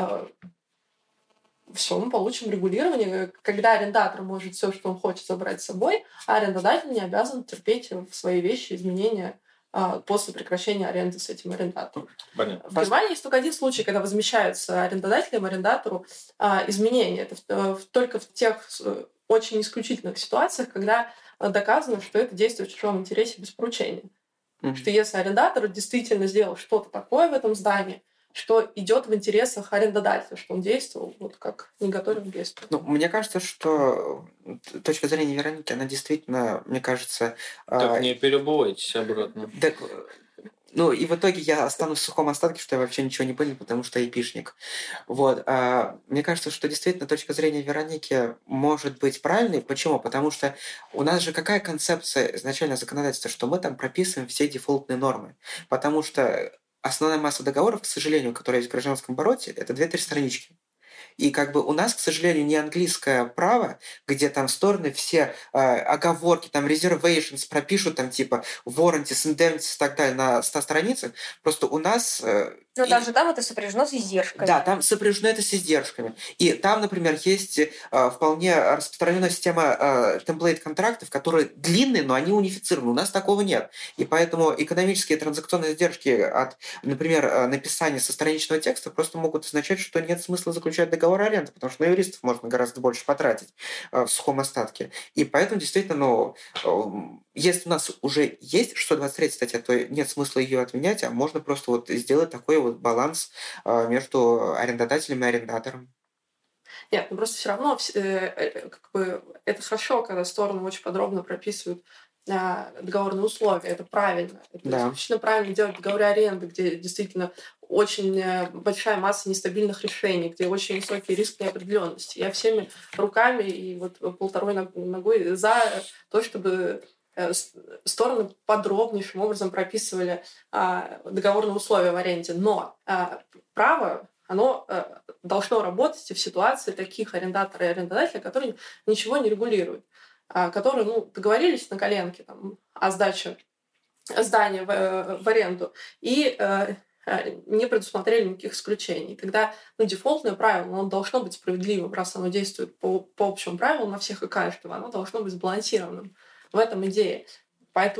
Speaker 2: Все, мы получим регулирование, когда арендатор может все, что он хочет, забрать с собой, а арендодатель не обязан терпеть в свои вещи изменения а, после прекращения аренды с этим арендатором.
Speaker 3: Понятно.
Speaker 2: В Германии есть только один случай, когда возмещаются арендодателям, арендатору а, изменения. Это в- в- только в тех э, очень исключительных ситуациях, когда э, доказано, что это действие в чужом интересе без поручения.
Speaker 1: Мгм.
Speaker 2: Что если арендатор действительно сделал что-то такое в этом здании, что идет в интересах арендодателя, что он действовал вот как неготовым действием.
Speaker 1: Ну, мне кажется, что т- точка зрения Вероники, она действительно, мне кажется...
Speaker 3: Так,
Speaker 1: а,
Speaker 3: не переобувайтесь обратно.
Speaker 1: так, э, ну, и в итоге я останусь в сухом остатке, что я вообще ничего не понял, потому что айпишник. Вот. а, Мне кажется, что действительно точка зрения Вероники может быть правильной. Почему? Потому что у нас же какая концепция изначально законодательства, что мы там прописываем все дефолтные нормы. Потому что основная масса договоров, к сожалению, которые есть в гражданском обороте, это две-три странички. И как бы у нас, к сожалению, не английское право, где там стороны все э, оговорки, там reservations пропишут, там типа warranties, indemnities и так далее на ста страницах. Просто у нас... э,
Speaker 4: Но
Speaker 1: и-
Speaker 4: даже там это сопряжено с издержками.
Speaker 1: да, там сопряжено это с издержками. И там, например, есть э, вполне распространенная система э, темплейт-контрактов, которые длинные, но они унифицированы. У нас такого нет. И поэтому экономические транзакционные издержки от, например, э, написания состраничного текста просто могут означать, что нет смысла заключать договор аренды, потому что на юристов можно гораздо больше потратить э, в сухом остатке. И поэтому действительно, ну, э, если у нас уже есть шестьсот двадцать третья статья, то нет смысла ее отменять, а можно просто вот сделать такой вот баланс э, между арендодателем и арендатором.
Speaker 2: Нет, ну просто все равно вс- э, э, как бы, это хорошо, когда стороны очень подробно прописывают а, договорные условия. Это правильно. Это
Speaker 1: Да.
Speaker 2: исключительно правильно делать договоры аренды, где действительно очень э, большая масса нестабильных решений, где очень высокий риск неопределенности. Я всеми руками и вот полторой ног- ногой за то, чтобы э, с- стороны подробнейшим образом прописывали а, договорные условия в аренде. Но а, право, оно э, должно работать и в ситуации таких арендатора и арендодателя, которые ничего не регулируют, а, которые ну, договорились на коленке там, о сдаче здания в, э, в аренду и э, э, не предусмотрели никаких исключений. Тогда ну, дефолтное правило, оно должно быть справедливым, раз оно действует по, по общему правилу на всех и каждого, оно должно быть сбалансированным. В этом идея. Поэтому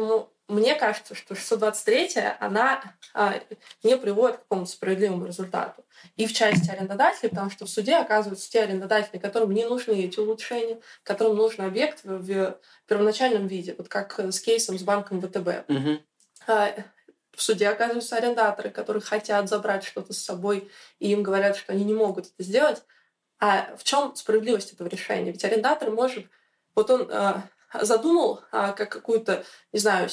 Speaker 2: мне кажется, что шестьсот двадцать третья, она а, не приводит к какому-то справедливому результату. И в части арендодателей, потому что в суде оказываются те арендодатели, которым не нужны эти улучшения, которым нужен объект в, в первоначальном виде, вот как с кейсом с банком ВТБ.
Speaker 1: Угу.
Speaker 2: А, в суде оказываются арендаторы, которые хотят забрать что-то с собой, и им говорят, что они не могут это сделать. А в чем справедливость этого решения? Ведь арендатор может... Вот он а, задумал а, как какую-то, не знаю,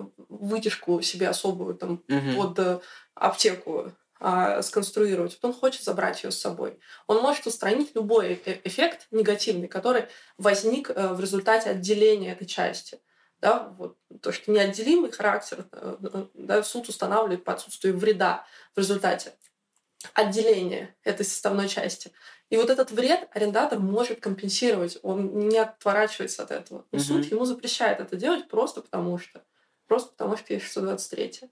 Speaker 2: вытяжку себе особую там,
Speaker 1: Угу.
Speaker 2: под а, аптеку а, сконструировать. Вот он хочет забрать ее с собой. Он может устранить любой э- эффект негативный, который возник э, в результате отделения этой части. Да, вот, то, что неотделимый характер, да, суд устанавливает по отсутствию вреда в результате отделения этой составной части. И вот этот вред арендатор может компенсировать, он не отворачивается от этого. Но
Speaker 1: Мгм.
Speaker 2: суд ему запрещает это делать просто потому что. Просто потому что есть шестьсот двадцать третья.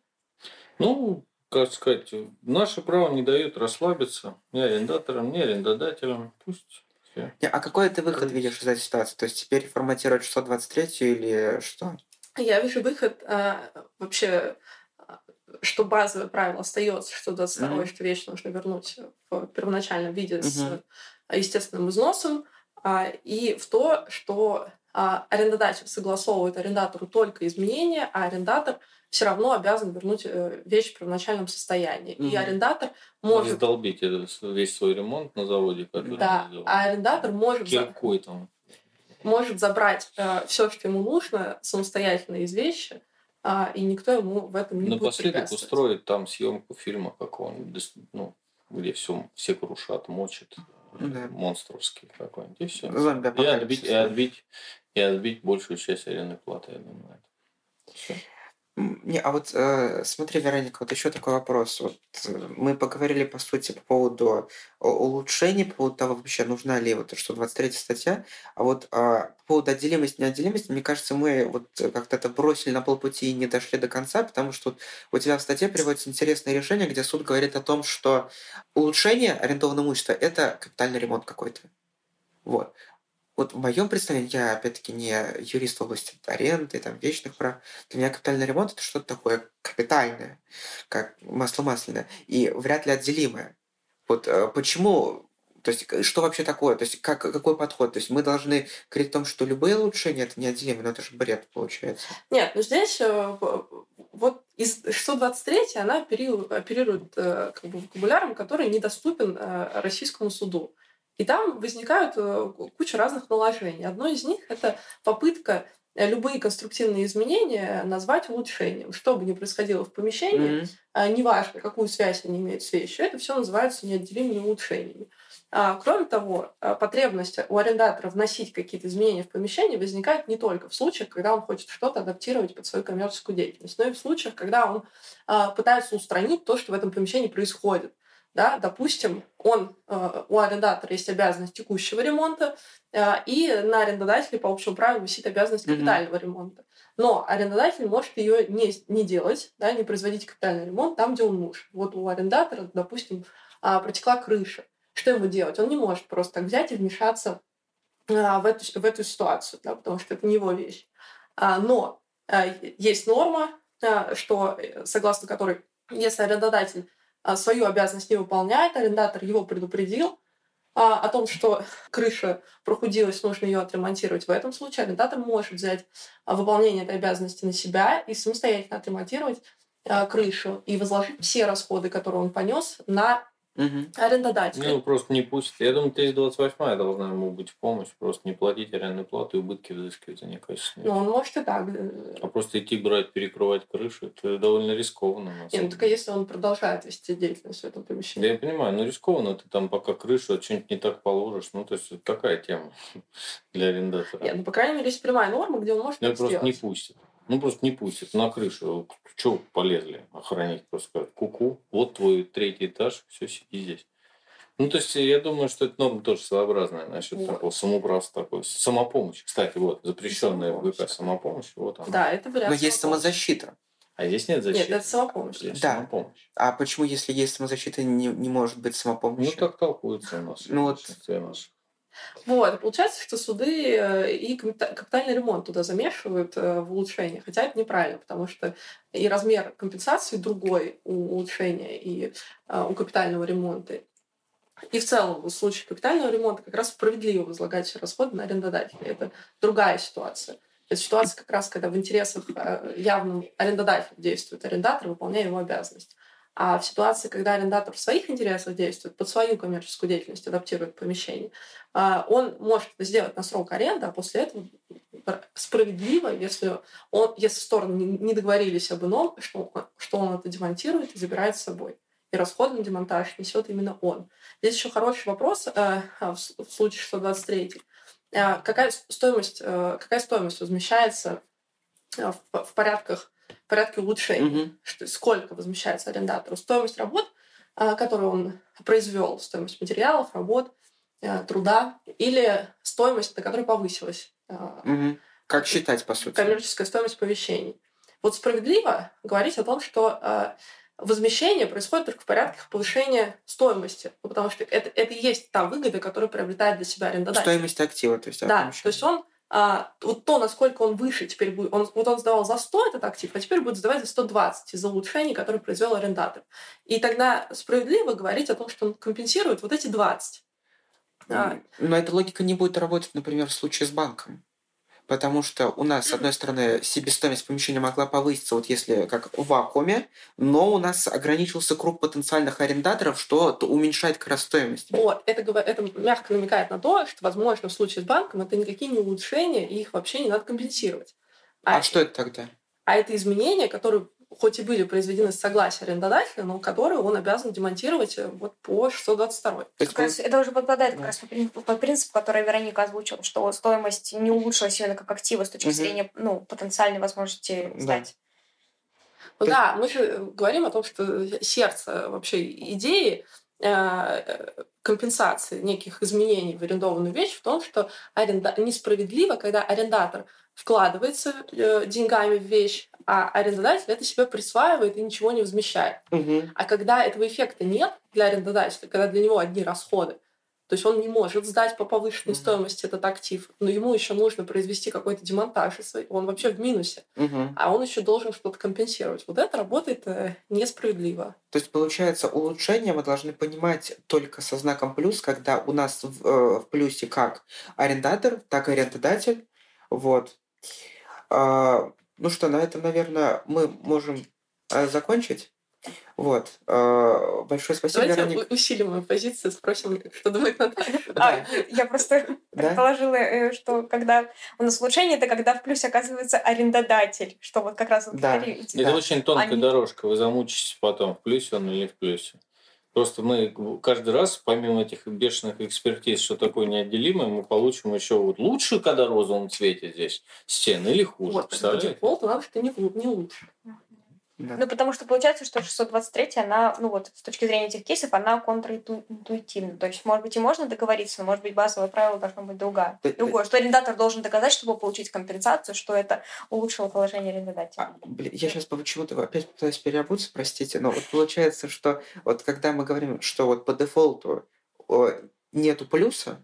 Speaker 3: Ну, как сказать, наше право не дает расслабиться ни арендаторам, ни арендодателям. Пусть все.
Speaker 1: Не, А какой ты выход
Speaker 3: Крутится.
Speaker 1: видишь из этой ситуации? То есть теперь форматировать шестьсот двадцать третью или что?
Speaker 2: Я вижу выход а, вообще, а, что базовое правило остается, что двадцать второе,
Speaker 1: Мгм.
Speaker 2: что вещь нужно вернуть в первоначальном виде с
Speaker 1: Мгм.
Speaker 2: а, естественным износом, а, и в то, что а, арендодатель согласовывает арендатору только изменения, а арендатор все равно обязан вернуть э, вещь в первоначальном состоянии. И
Speaker 1: Мгм.
Speaker 2: арендатор может...
Speaker 3: Раздолбить этот весь свой ремонт на заводе, который
Speaker 2: Да,
Speaker 3: он сделал.
Speaker 2: а арендатор может, за-
Speaker 3: Киркой там.
Speaker 2: может забрать все, что ему нужно, самостоятельно из вещи, а, и никто ему в этом не будет
Speaker 3: Напоследок
Speaker 2: препятствовать.
Speaker 3: устроить там съемку фильма какого-нибудь, дос- ну, где все, все крушат, мочат,
Speaker 1: Ну да.
Speaker 3: монстровский какой-нибудь, и все. И
Speaker 1: Зомби-апокалипсис.
Speaker 3: отбить, и отбить, и отбить большую часть арендной платы, я думаю. Все.
Speaker 1: М, Не, а вот э, смотри, Вероника, вот еще такой вопрос. Вот э, мы поговорили, по сути, по поводу у- улучшений, по поводу того, вообще нужна ли вот что двадцать третья статья, а вот а, по поводу отделимости, неотделимости, мне кажется, мы вот э, как-то это бросили на полпути и не дошли до конца, потому что вот у тебя в статье приводится интересное решение, где суд говорит о том, что улучшение арендованного имущества – это капитальный ремонт какой-то. Вот. Вот в моем представлении, я опять-таки не юрист в области аренды, там, вечных прав, для меня капитальный ремонт – это что-то такое капитальное, как масло масляное, и вряд ли отделимое. Вот э, почему, то есть к- что вообще такое, то есть как, какой подход? То есть мы должны говорить о том, что любые улучшения – это неотделимые, но это же бред получается.
Speaker 2: Нет, ну здесь э, в- вот из шестьсот двадцать третья она оперирует, оперирует э, как бы вокабуляром, который недоступен э, российскому суду. И там возникают э, куча разных наложений. Одно из них – это попытка э, любые конструктивные изменения назвать улучшением. Что бы ни происходило в помещении,
Speaker 1: Мгм.
Speaker 2: э, неважно, какую связь они имеют с вещью, это все называется неотделимыми улучшениями. А, Кроме того, а, потребность у арендатора вносить какие-то изменения в помещение возникает не только в случаях, когда он хочет что-то адаптировать под свою коммерческую деятельность, но и в случаях, когда он а, пытается устранить то, что в этом помещении происходит. Да? Допустим, он, а, у арендатора есть обязанность текущего ремонта, а, и на арендодателе по общему правилу висит обязанность
Speaker 1: Мгм.
Speaker 2: капитального ремонта. Но арендодатель может ее не, не делать, да, не производить капитальный ремонт там, где он нужен. Вот у арендатора, допустим, а, протекла крыша. Что ему делать? Он не может просто так взять и вмешаться а, в, эту, в эту ситуацию, да, потому что это не его вещь. А, но а, есть норма, а, что, э, согласно которой, если арендодатель а, свою обязанность не выполняет, арендатор его предупредил а, о том, что крыша прохудилась, нужно ее отремонтировать. В этом случае арендатор может взять а, выполнение этой обязанности на себя и самостоятельно отремонтировать а, крышу и возложить все расходы, которые он понес, на
Speaker 1: Мгм.
Speaker 2: арендодателя.
Speaker 3: Ну, просто не пустит. Я думаю, триста двадцать восьмая должна ему быть в помощь. Просто не платить арендную плату и убытки взыскивать за некачественные.
Speaker 2: Ну, он может и так. э,
Speaker 3: А просто идти брать, перекрывать крышу, это довольно рискованно. На
Speaker 2: Не,
Speaker 3: самом
Speaker 2: ну только
Speaker 3: деле.
Speaker 2: если он продолжает вести деятельность в этом
Speaker 3: Да
Speaker 2: помещении.
Speaker 3: я понимаю, но рискованно ты там пока крышу, что-нибудь не так положишь. Ну, то есть, это такая тема для арендатора.
Speaker 2: Нет, ну, по крайней мере, есть прямая норма, где он может
Speaker 3: Ну,
Speaker 2: это
Speaker 3: просто не
Speaker 2: сделать.
Speaker 3: пустят. Ну, просто не пустят на крышу. Че полезли охранять? Просто скажут, ку-ку, вот твой третий этаж, все, сиди здесь. Ну, то есть, я думаю, что эта норма тоже своеобразная насчет
Speaker 2: Вот.
Speaker 3: такого самоуправства, такой самопомощи. Кстати, вот, запрещенная в ГК
Speaker 2: Самопомощь.
Speaker 3: самопомощь, вот она.
Speaker 2: Да, это
Speaker 1: Но
Speaker 2: вариант
Speaker 1: есть
Speaker 2: самопомощи.
Speaker 1: самозащита.
Speaker 3: А здесь нет защиты.
Speaker 2: Нет, это самопомощь.
Speaker 3: Здесь
Speaker 1: Да.
Speaker 3: самопомощь.
Speaker 1: А почему, если есть самозащита, не, не может быть
Speaker 3: Ну,
Speaker 1: самопомощи?
Speaker 3: так толкуется у нас
Speaker 1: Ну,
Speaker 3: в
Speaker 1: вот
Speaker 3: большинстве наших.
Speaker 2: Вот. Получается, что суды э, и капита- капитальный ремонт туда замешивают э, в улучшение. Хотя это неправильно, потому что и размер компенсации другой у улучшения и э, у капитального ремонта. И в целом, в случае капитального ремонта как раз справедливо возлагать все расходы на арендодателя. Это другая ситуация. Это ситуация как раз, когда в интересах э, явным арендодателя действует арендатор, выполняя его обязанность. А в ситуации, когда арендатор в своих интересах действует, под свою коммерческую деятельность адаптирует помещение, э, он может это сделать на срок аренды, а после этого справедливо, если, он, если стороны не, не договорились об ином, что, что он это демонтирует и забирает с собой. И расход на демонтаж несет именно он. Здесь еще хороший вопрос э, в, в случае шестьсот двадцать три. Э, какая стоимость, э, какая стоимость возмещается э, в, в порядках, в порядке улучшений?
Speaker 1: Мгм.
Speaker 2: Что, сколько возмещается арендатору? Стоимость работ, э, которую он произвел, стоимость материалов, работ, э, труда, или стоимость, на которой повысилась э,
Speaker 1: Мгм. Как считать, по сути?
Speaker 2: коммерческая стоимость помещений. Вот справедливо говорить о том, что э, возмещение происходит только в порядках повышения стоимости, ну, потому что это, это и есть та выгода, которую приобретает для себя арендодатель.
Speaker 1: Стоимость актива, то есть. от
Speaker 2: Да,
Speaker 1: помещения.
Speaker 2: то есть он а, вот то, насколько он выше теперь будет, он, вот он сдавал за сто этот актив, а теперь будет сдавать за сто двадцать из-за улучшений, которые произвел арендатор. И тогда справедливо говорить о том, что он компенсирует вот эти двадцать. А,
Speaker 1: Но эта логика не будет работать, например, в случае с банком. Потому что у нас, с одной стороны, себестоимость помещения могла повыситься, вот если как в вакууме, но у нас ограничился круг потенциальных арендаторов, что т- уменьшает как раз стоимость.
Speaker 2: Вот, это, говор- это мягко намекает на то, что, возможно, в случае с банком это никакие не улучшения, и их вообще не надо компенсировать.
Speaker 1: А, что это тогда?
Speaker 2: А это изменения, которые хоть и были произведены с согласия арендодателя, но которые он обязан демонтировать э, вот по шестьсот двадцать два.
Speaker 1: То есть
Speaker 4: Как раз это уже подпадает как
Speaker 1: Да.
Speaker 4: раз по принципу, по принципу, который Вероника озвучила, что стоимость не улучшилась именно как актива с точки
Speaker 1: Мгм.
Speaker 4: зрения ну, потенциальной возможности
Speaker 1: Да.
Speaker 4: сдать.
Speaker 2: Ну
Speaker 1: То
Speaker 2: да, мы же говорим о том, что сердце вообще идеи э, компенсации неких изменений в арендованную вещь в том, что аренда... несправедливо, когда арендатор вкладывается э, деньгами в вещь, а арендодатель это себе присваивает и ничего не возмещает.
Speaker 1: Мгм.
Speaker 2: А когда этого эффекта нет для арендодателя, когда для него одни расходы, то есть он не может сдать по повышенной
Speaker 1: Мгм.
Speaker 2: стоимости этот актив, но ему еще нужно произвести какой-то демонтаж, и свой- он вообще в минусе,
Speaker 1: Мгм.
Speaker 2: а он еще должен что-то компенсировать. Вот это работает э, несправедливо.
Speaker 1: То есть, получается, улучшение мы должны понимать только со знаком плюс, когда у нас в, э, в плюсе как арендатор, так и арендодатель. Вот. А, ну что, на этом, наверное, мы можем э, закончить. Вот. А, большое спасибо,
Speaker 2: Давайте
Speaker 1: Вероника.
Speaker 2: у- усилим мою позицию, спросим, что думает Наташа.
Speaker 4: А, я просто
Speaker 1: Да?
Speaker 4: предположила, э, что когда у нас улучшение, это когда в плюсе оказывается арендодатель, что вот как раз вот
Speaker 1: Да.
Speaker 4: говорите.
Speaker 3: Это
Speaker 1: Да.
Speaker 3: очень тонкая
Speaker 4: Они-
Speaker 3: дорожка. Вы замучитесь потом, в плюсе он или не в плюсе. Просто мы каждый раз, помимо этих бешеных экспертиз, что такое неотделимое, мы получим еще вот лучше, когда в розовом цвете здесь стены, или хуже.
Speaker 2: Вот, по
Speaker 3: Представляете?
Speaker 2: дефолту нам что не, лу- не лучше.
Speaker 1: Да.
Speaker 4: Ну, потому что получается, что шестьсот двадцать три, она, ну вот, с точки зрения этих кейсов, она контринтуитивна. То есть, может быть, и можно договориться, но, может быть, базовое правило должно быть другое.
Speaker 1: Ты-
Speaker 4: Другое, что арендатор должен доказать, чтобы получить компенсацию, что это улучшило положение арендодателя.
Speaker 1: А, блин, я сейчас почему-то опять пытаюсь переобуться, простите, но вот получается, что вот когда мы говорим, что вот по дефолту о, нету плюса,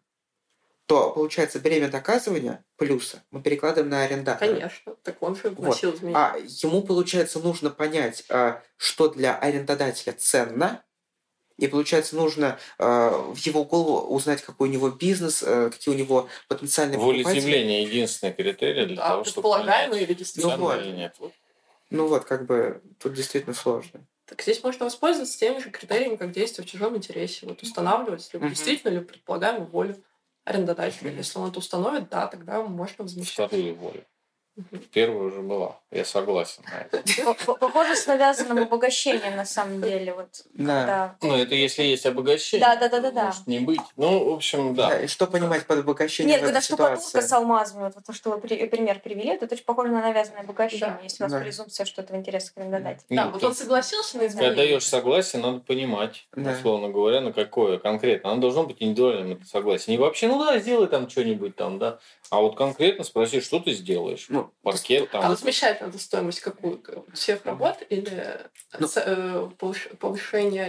Speaker 1: то получается бремя доказывания плюса мы перекладываем на арендатора.
Speaker 2: Конечно, так он же вносил изменения.
Speaker 1: А ему, получается, нужно понять, а, что для арендодателя ценно, и, получается, нужно а, в его голову узнать, какой у него бизнес, а, какие у него потенциальные покупатели.
Speaker 3: Волеизъявление — единственный критерий для
Speaker 2: Да,
Speaker 3: того, чтобы
Speaker 2: предполагаемый
Speaker 3: понять,
Speaker 2: или действительно.
Speaker 1: Ну вот.
Speaker 3: ценно или нет.
Speaker 1: Ну вот, как бы, тут действительно сложно.
Speaker 2: Так здесь можно воспользоваться теми же критериями, как действие в чужом интересе. Вот устанавливать либо
Speaker 1: Мгм.
Speaker 2: действительно, либо предполагаемую волю арендодателя.
Speaker 1: Мгм.
Speaker 2: Если он это установит, да, тогда можно возмещать.
Speaker 3: Вторую волю.
Speaker 2: Мгм.
Speaker 3: Первая уже была. Я согласен на это.
Speaker 4: П- п- Похоже с навязанным обогащением, на самом деле. Вот,
Speaker 1: Да.
Speaker 4: когда-
Speaker 3: Ну, это если есть обогащение.
Speaker 4: Да, да, да, да, да.
Speaker 3: Может не быть. Ну, в общем, да.
Speaker 1: Да, и что понимать под обогащением
Speaker 4: Нет,
Speaker 1: в
Speaker 4: когда
Speaker 1: этой
Speaker 4: штукатурка
Speaker 1: ситуации?
Speaker 4: с алмазами, вот то, что вы при- пример привели, это очень похоже на навязанное обогащение,
Speaker 2: Да.
Speaker 4: если у нас
Speaker 1: Да.
Speaker 4: презумпция, что это в интересах арендодателя.
Speaker 2: Да,
Speaker 3: Ну,
Speaker 2: вот
Speaker 3: то-
Speaker 2: он согласился на
Speaker 3: Когда
Speaker 2: изменение.
Speaker 3: даешь согласие, надо понимать,
Speaker 1: Да.
Speaker 3: условно говоря, на какое конкретно. Оно должно быть индивидуальным, это согласие. Не вообще, ну да, сделай там что-нибудь там, да. А вот конкретно спроси, что ты сделаешь.
Speaker 1: Ну,
Speaker 3: Паркет
Speaker 2: А
Speaker 3: там.
Speaker 2: возмещать надо стоимость какую? Всех работ или
Speaker 1: Ну.
Speaker 2: ц- э, повыш- повышение аренды?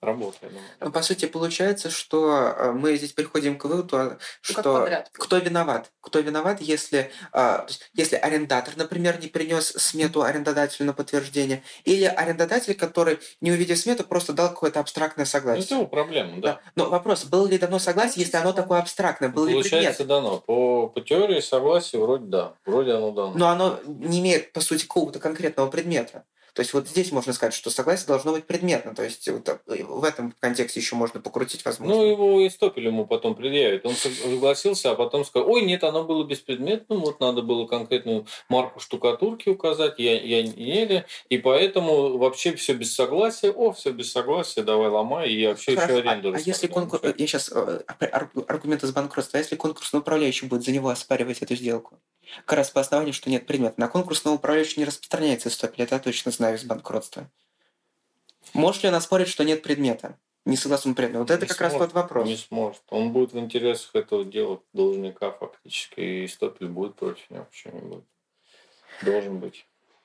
Speaker 3: работа, я думаю.
Speaker 1: Ну, по сути, получается, что э, мы здесь приходим к выводу,
Speaker 2: Ну, как
Speaker 1: что
Speaker 2: подряд.
Speaker 1: кто виноват? Кто виноват, если, а, то есть, если арендатор, например, не принес смету арендодателю на подтверждение, или арендодатель, который, не увидев смету, просто дал какое-то абстрактное
Speaker 3: Ну, это
Speaker 1: согласие.
Speaker 3: его проблема, да.
Speaker 1: Да. Но вопрос, было ли дано согласие, если оно такое абстрактное, был ли
Speaker 3: Получается,
Speaker 1: предмет?
Speaker 3: дано. По, по теории согласия вроде да. Вроде оно дано.
Speaker 1: Но оно не имеет, по сути, какого-то конкретного предмета. То есть вот здесь можно сказать, что согласие должно быть предметно. То есть вот э, в этом контексте еще можно покрутить, возможно.
Speaker 3: Ну, его Истопель ему потом предъявит. Он согласился, а потом сказал, ой, нет, оно было беспредметным, вот надо было конкретную марку штукатурки указать, я, я не, и поэтому вообще все без согласия, о, все без согласия, давай ломай, и я вообще
Speaker 1: Хорошо,
Speaker 3: еще аренду
Speaker 1: а, а если конкурс... Я сейчас... Аргумент из банкротства. А если конкурсный управляющий будет за него оспаривать эту сделку? Как раз по основанию, что нет предмета. На конкурсного управляющего не распространяется Истопель, это я точно знаю из банкротства. Может ли он оспорить, что нет предмета? Не согласно предмету. Вот это
Speaker 3: Не
Speaker 1: как раз
Speaker 3: сможет,
Speaker 1: тот вопрос.
Speaker 3: Не сможет. Он будет в интересах этого дела должника фактически, и Истопель будет против него, почему не будет. Должен быть.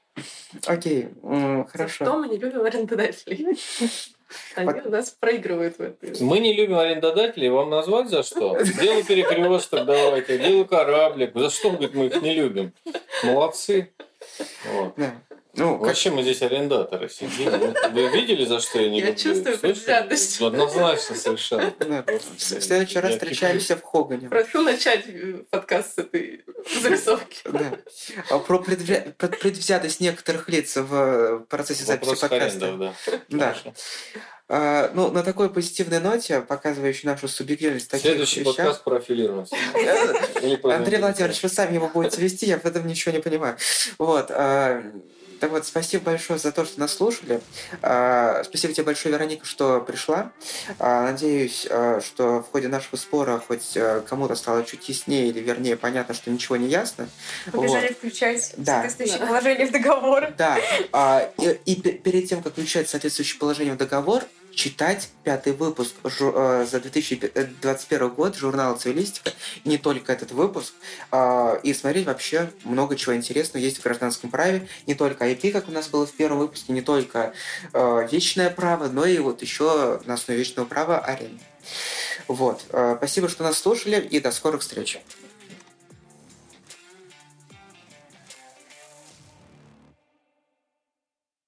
Speaker 1: Окей, м,
Speaker 2: За
Speaker 1: хорошо.
Speaker 2: что мы не любим арендодателей? Они у нас проигрывают в этом.
Speaker 3: Мы не любим арендодателей, вам назвать за что? Дело перекресток давайте, дело кораблик. За что, говорит, мы их не любим? Молодцы. Вот.
Speaker 1: Да. Ну, как-
Speaker 3: Вообще мы здесь арендаторы сидим. Вы, вы видели, за что я не
Speaker 2: Я
Speaker 3: люблю?
Speaker 2: чувствую
Speaker 3: Слышали?
Speaker 2: предвзятость.
Speaker 3: Однозначно совершенно.
Speaker 1: да. В следующий раз
Speaker 3: Я
Speaker 1: встречаемся в Хогане.
Speaker 2: Прошу начать э, подкаст с этой зарисовки.
Speaker 1: Да. А про предвзя- про предвзятость некоторых лиц в процессе записи
Speaker 3: Вопрос
Speaker 1: подкаста.
Speaker 3: арендов, да.
Speaker 1: Да.
Speaker 3: Хорошо.
Speaker 1: А, ну, на такой позитивной ноте, показывающей нашу субъективность в таких
Speaker 3: Следующий
Speaker 1: вещах...
Speaker 3: подкаст про аффилированность.
Speaker 1: Э,
Speaker 3: Или про
Speaker 1: Андрей Владимирович, вы сами его будете вести, я в этом ничего не понимаю. Вот. а, Так вот, спасибо большое за то, что нас слушали. А, Спасибо тебе большое, Вероника, что пришла. А, Надеюсь, а, что в ходе нашего спора хоть а, кому-то стало чуть яснее, или вернее понятно, что ничего не ясно.
Speaker 4: Побежали
Speaker 1: Вот.
Speaker 4: включать
Speaker 1: Да.
Speaker 4: соответствующие
Speaker 2: Да.
Speaker 4: положения в договор.
Speaker 1: Да, а, и, и пе- перед тем, как включать соответствующее положение в договор, читать пятый выпуск жу- э, за две тысячи двадцать первый год журнала «Цивилистика», и не только этот выпуск, а, и смотреть вообще много чего интересного есть в гражданском праве, не только ай пи, как у нас было в первом выпуске, не только э, вечное право, но и вот еще на основе вечного права аренда. Вот. Э, Спасибо, что нас слушали, и до скорых встреч.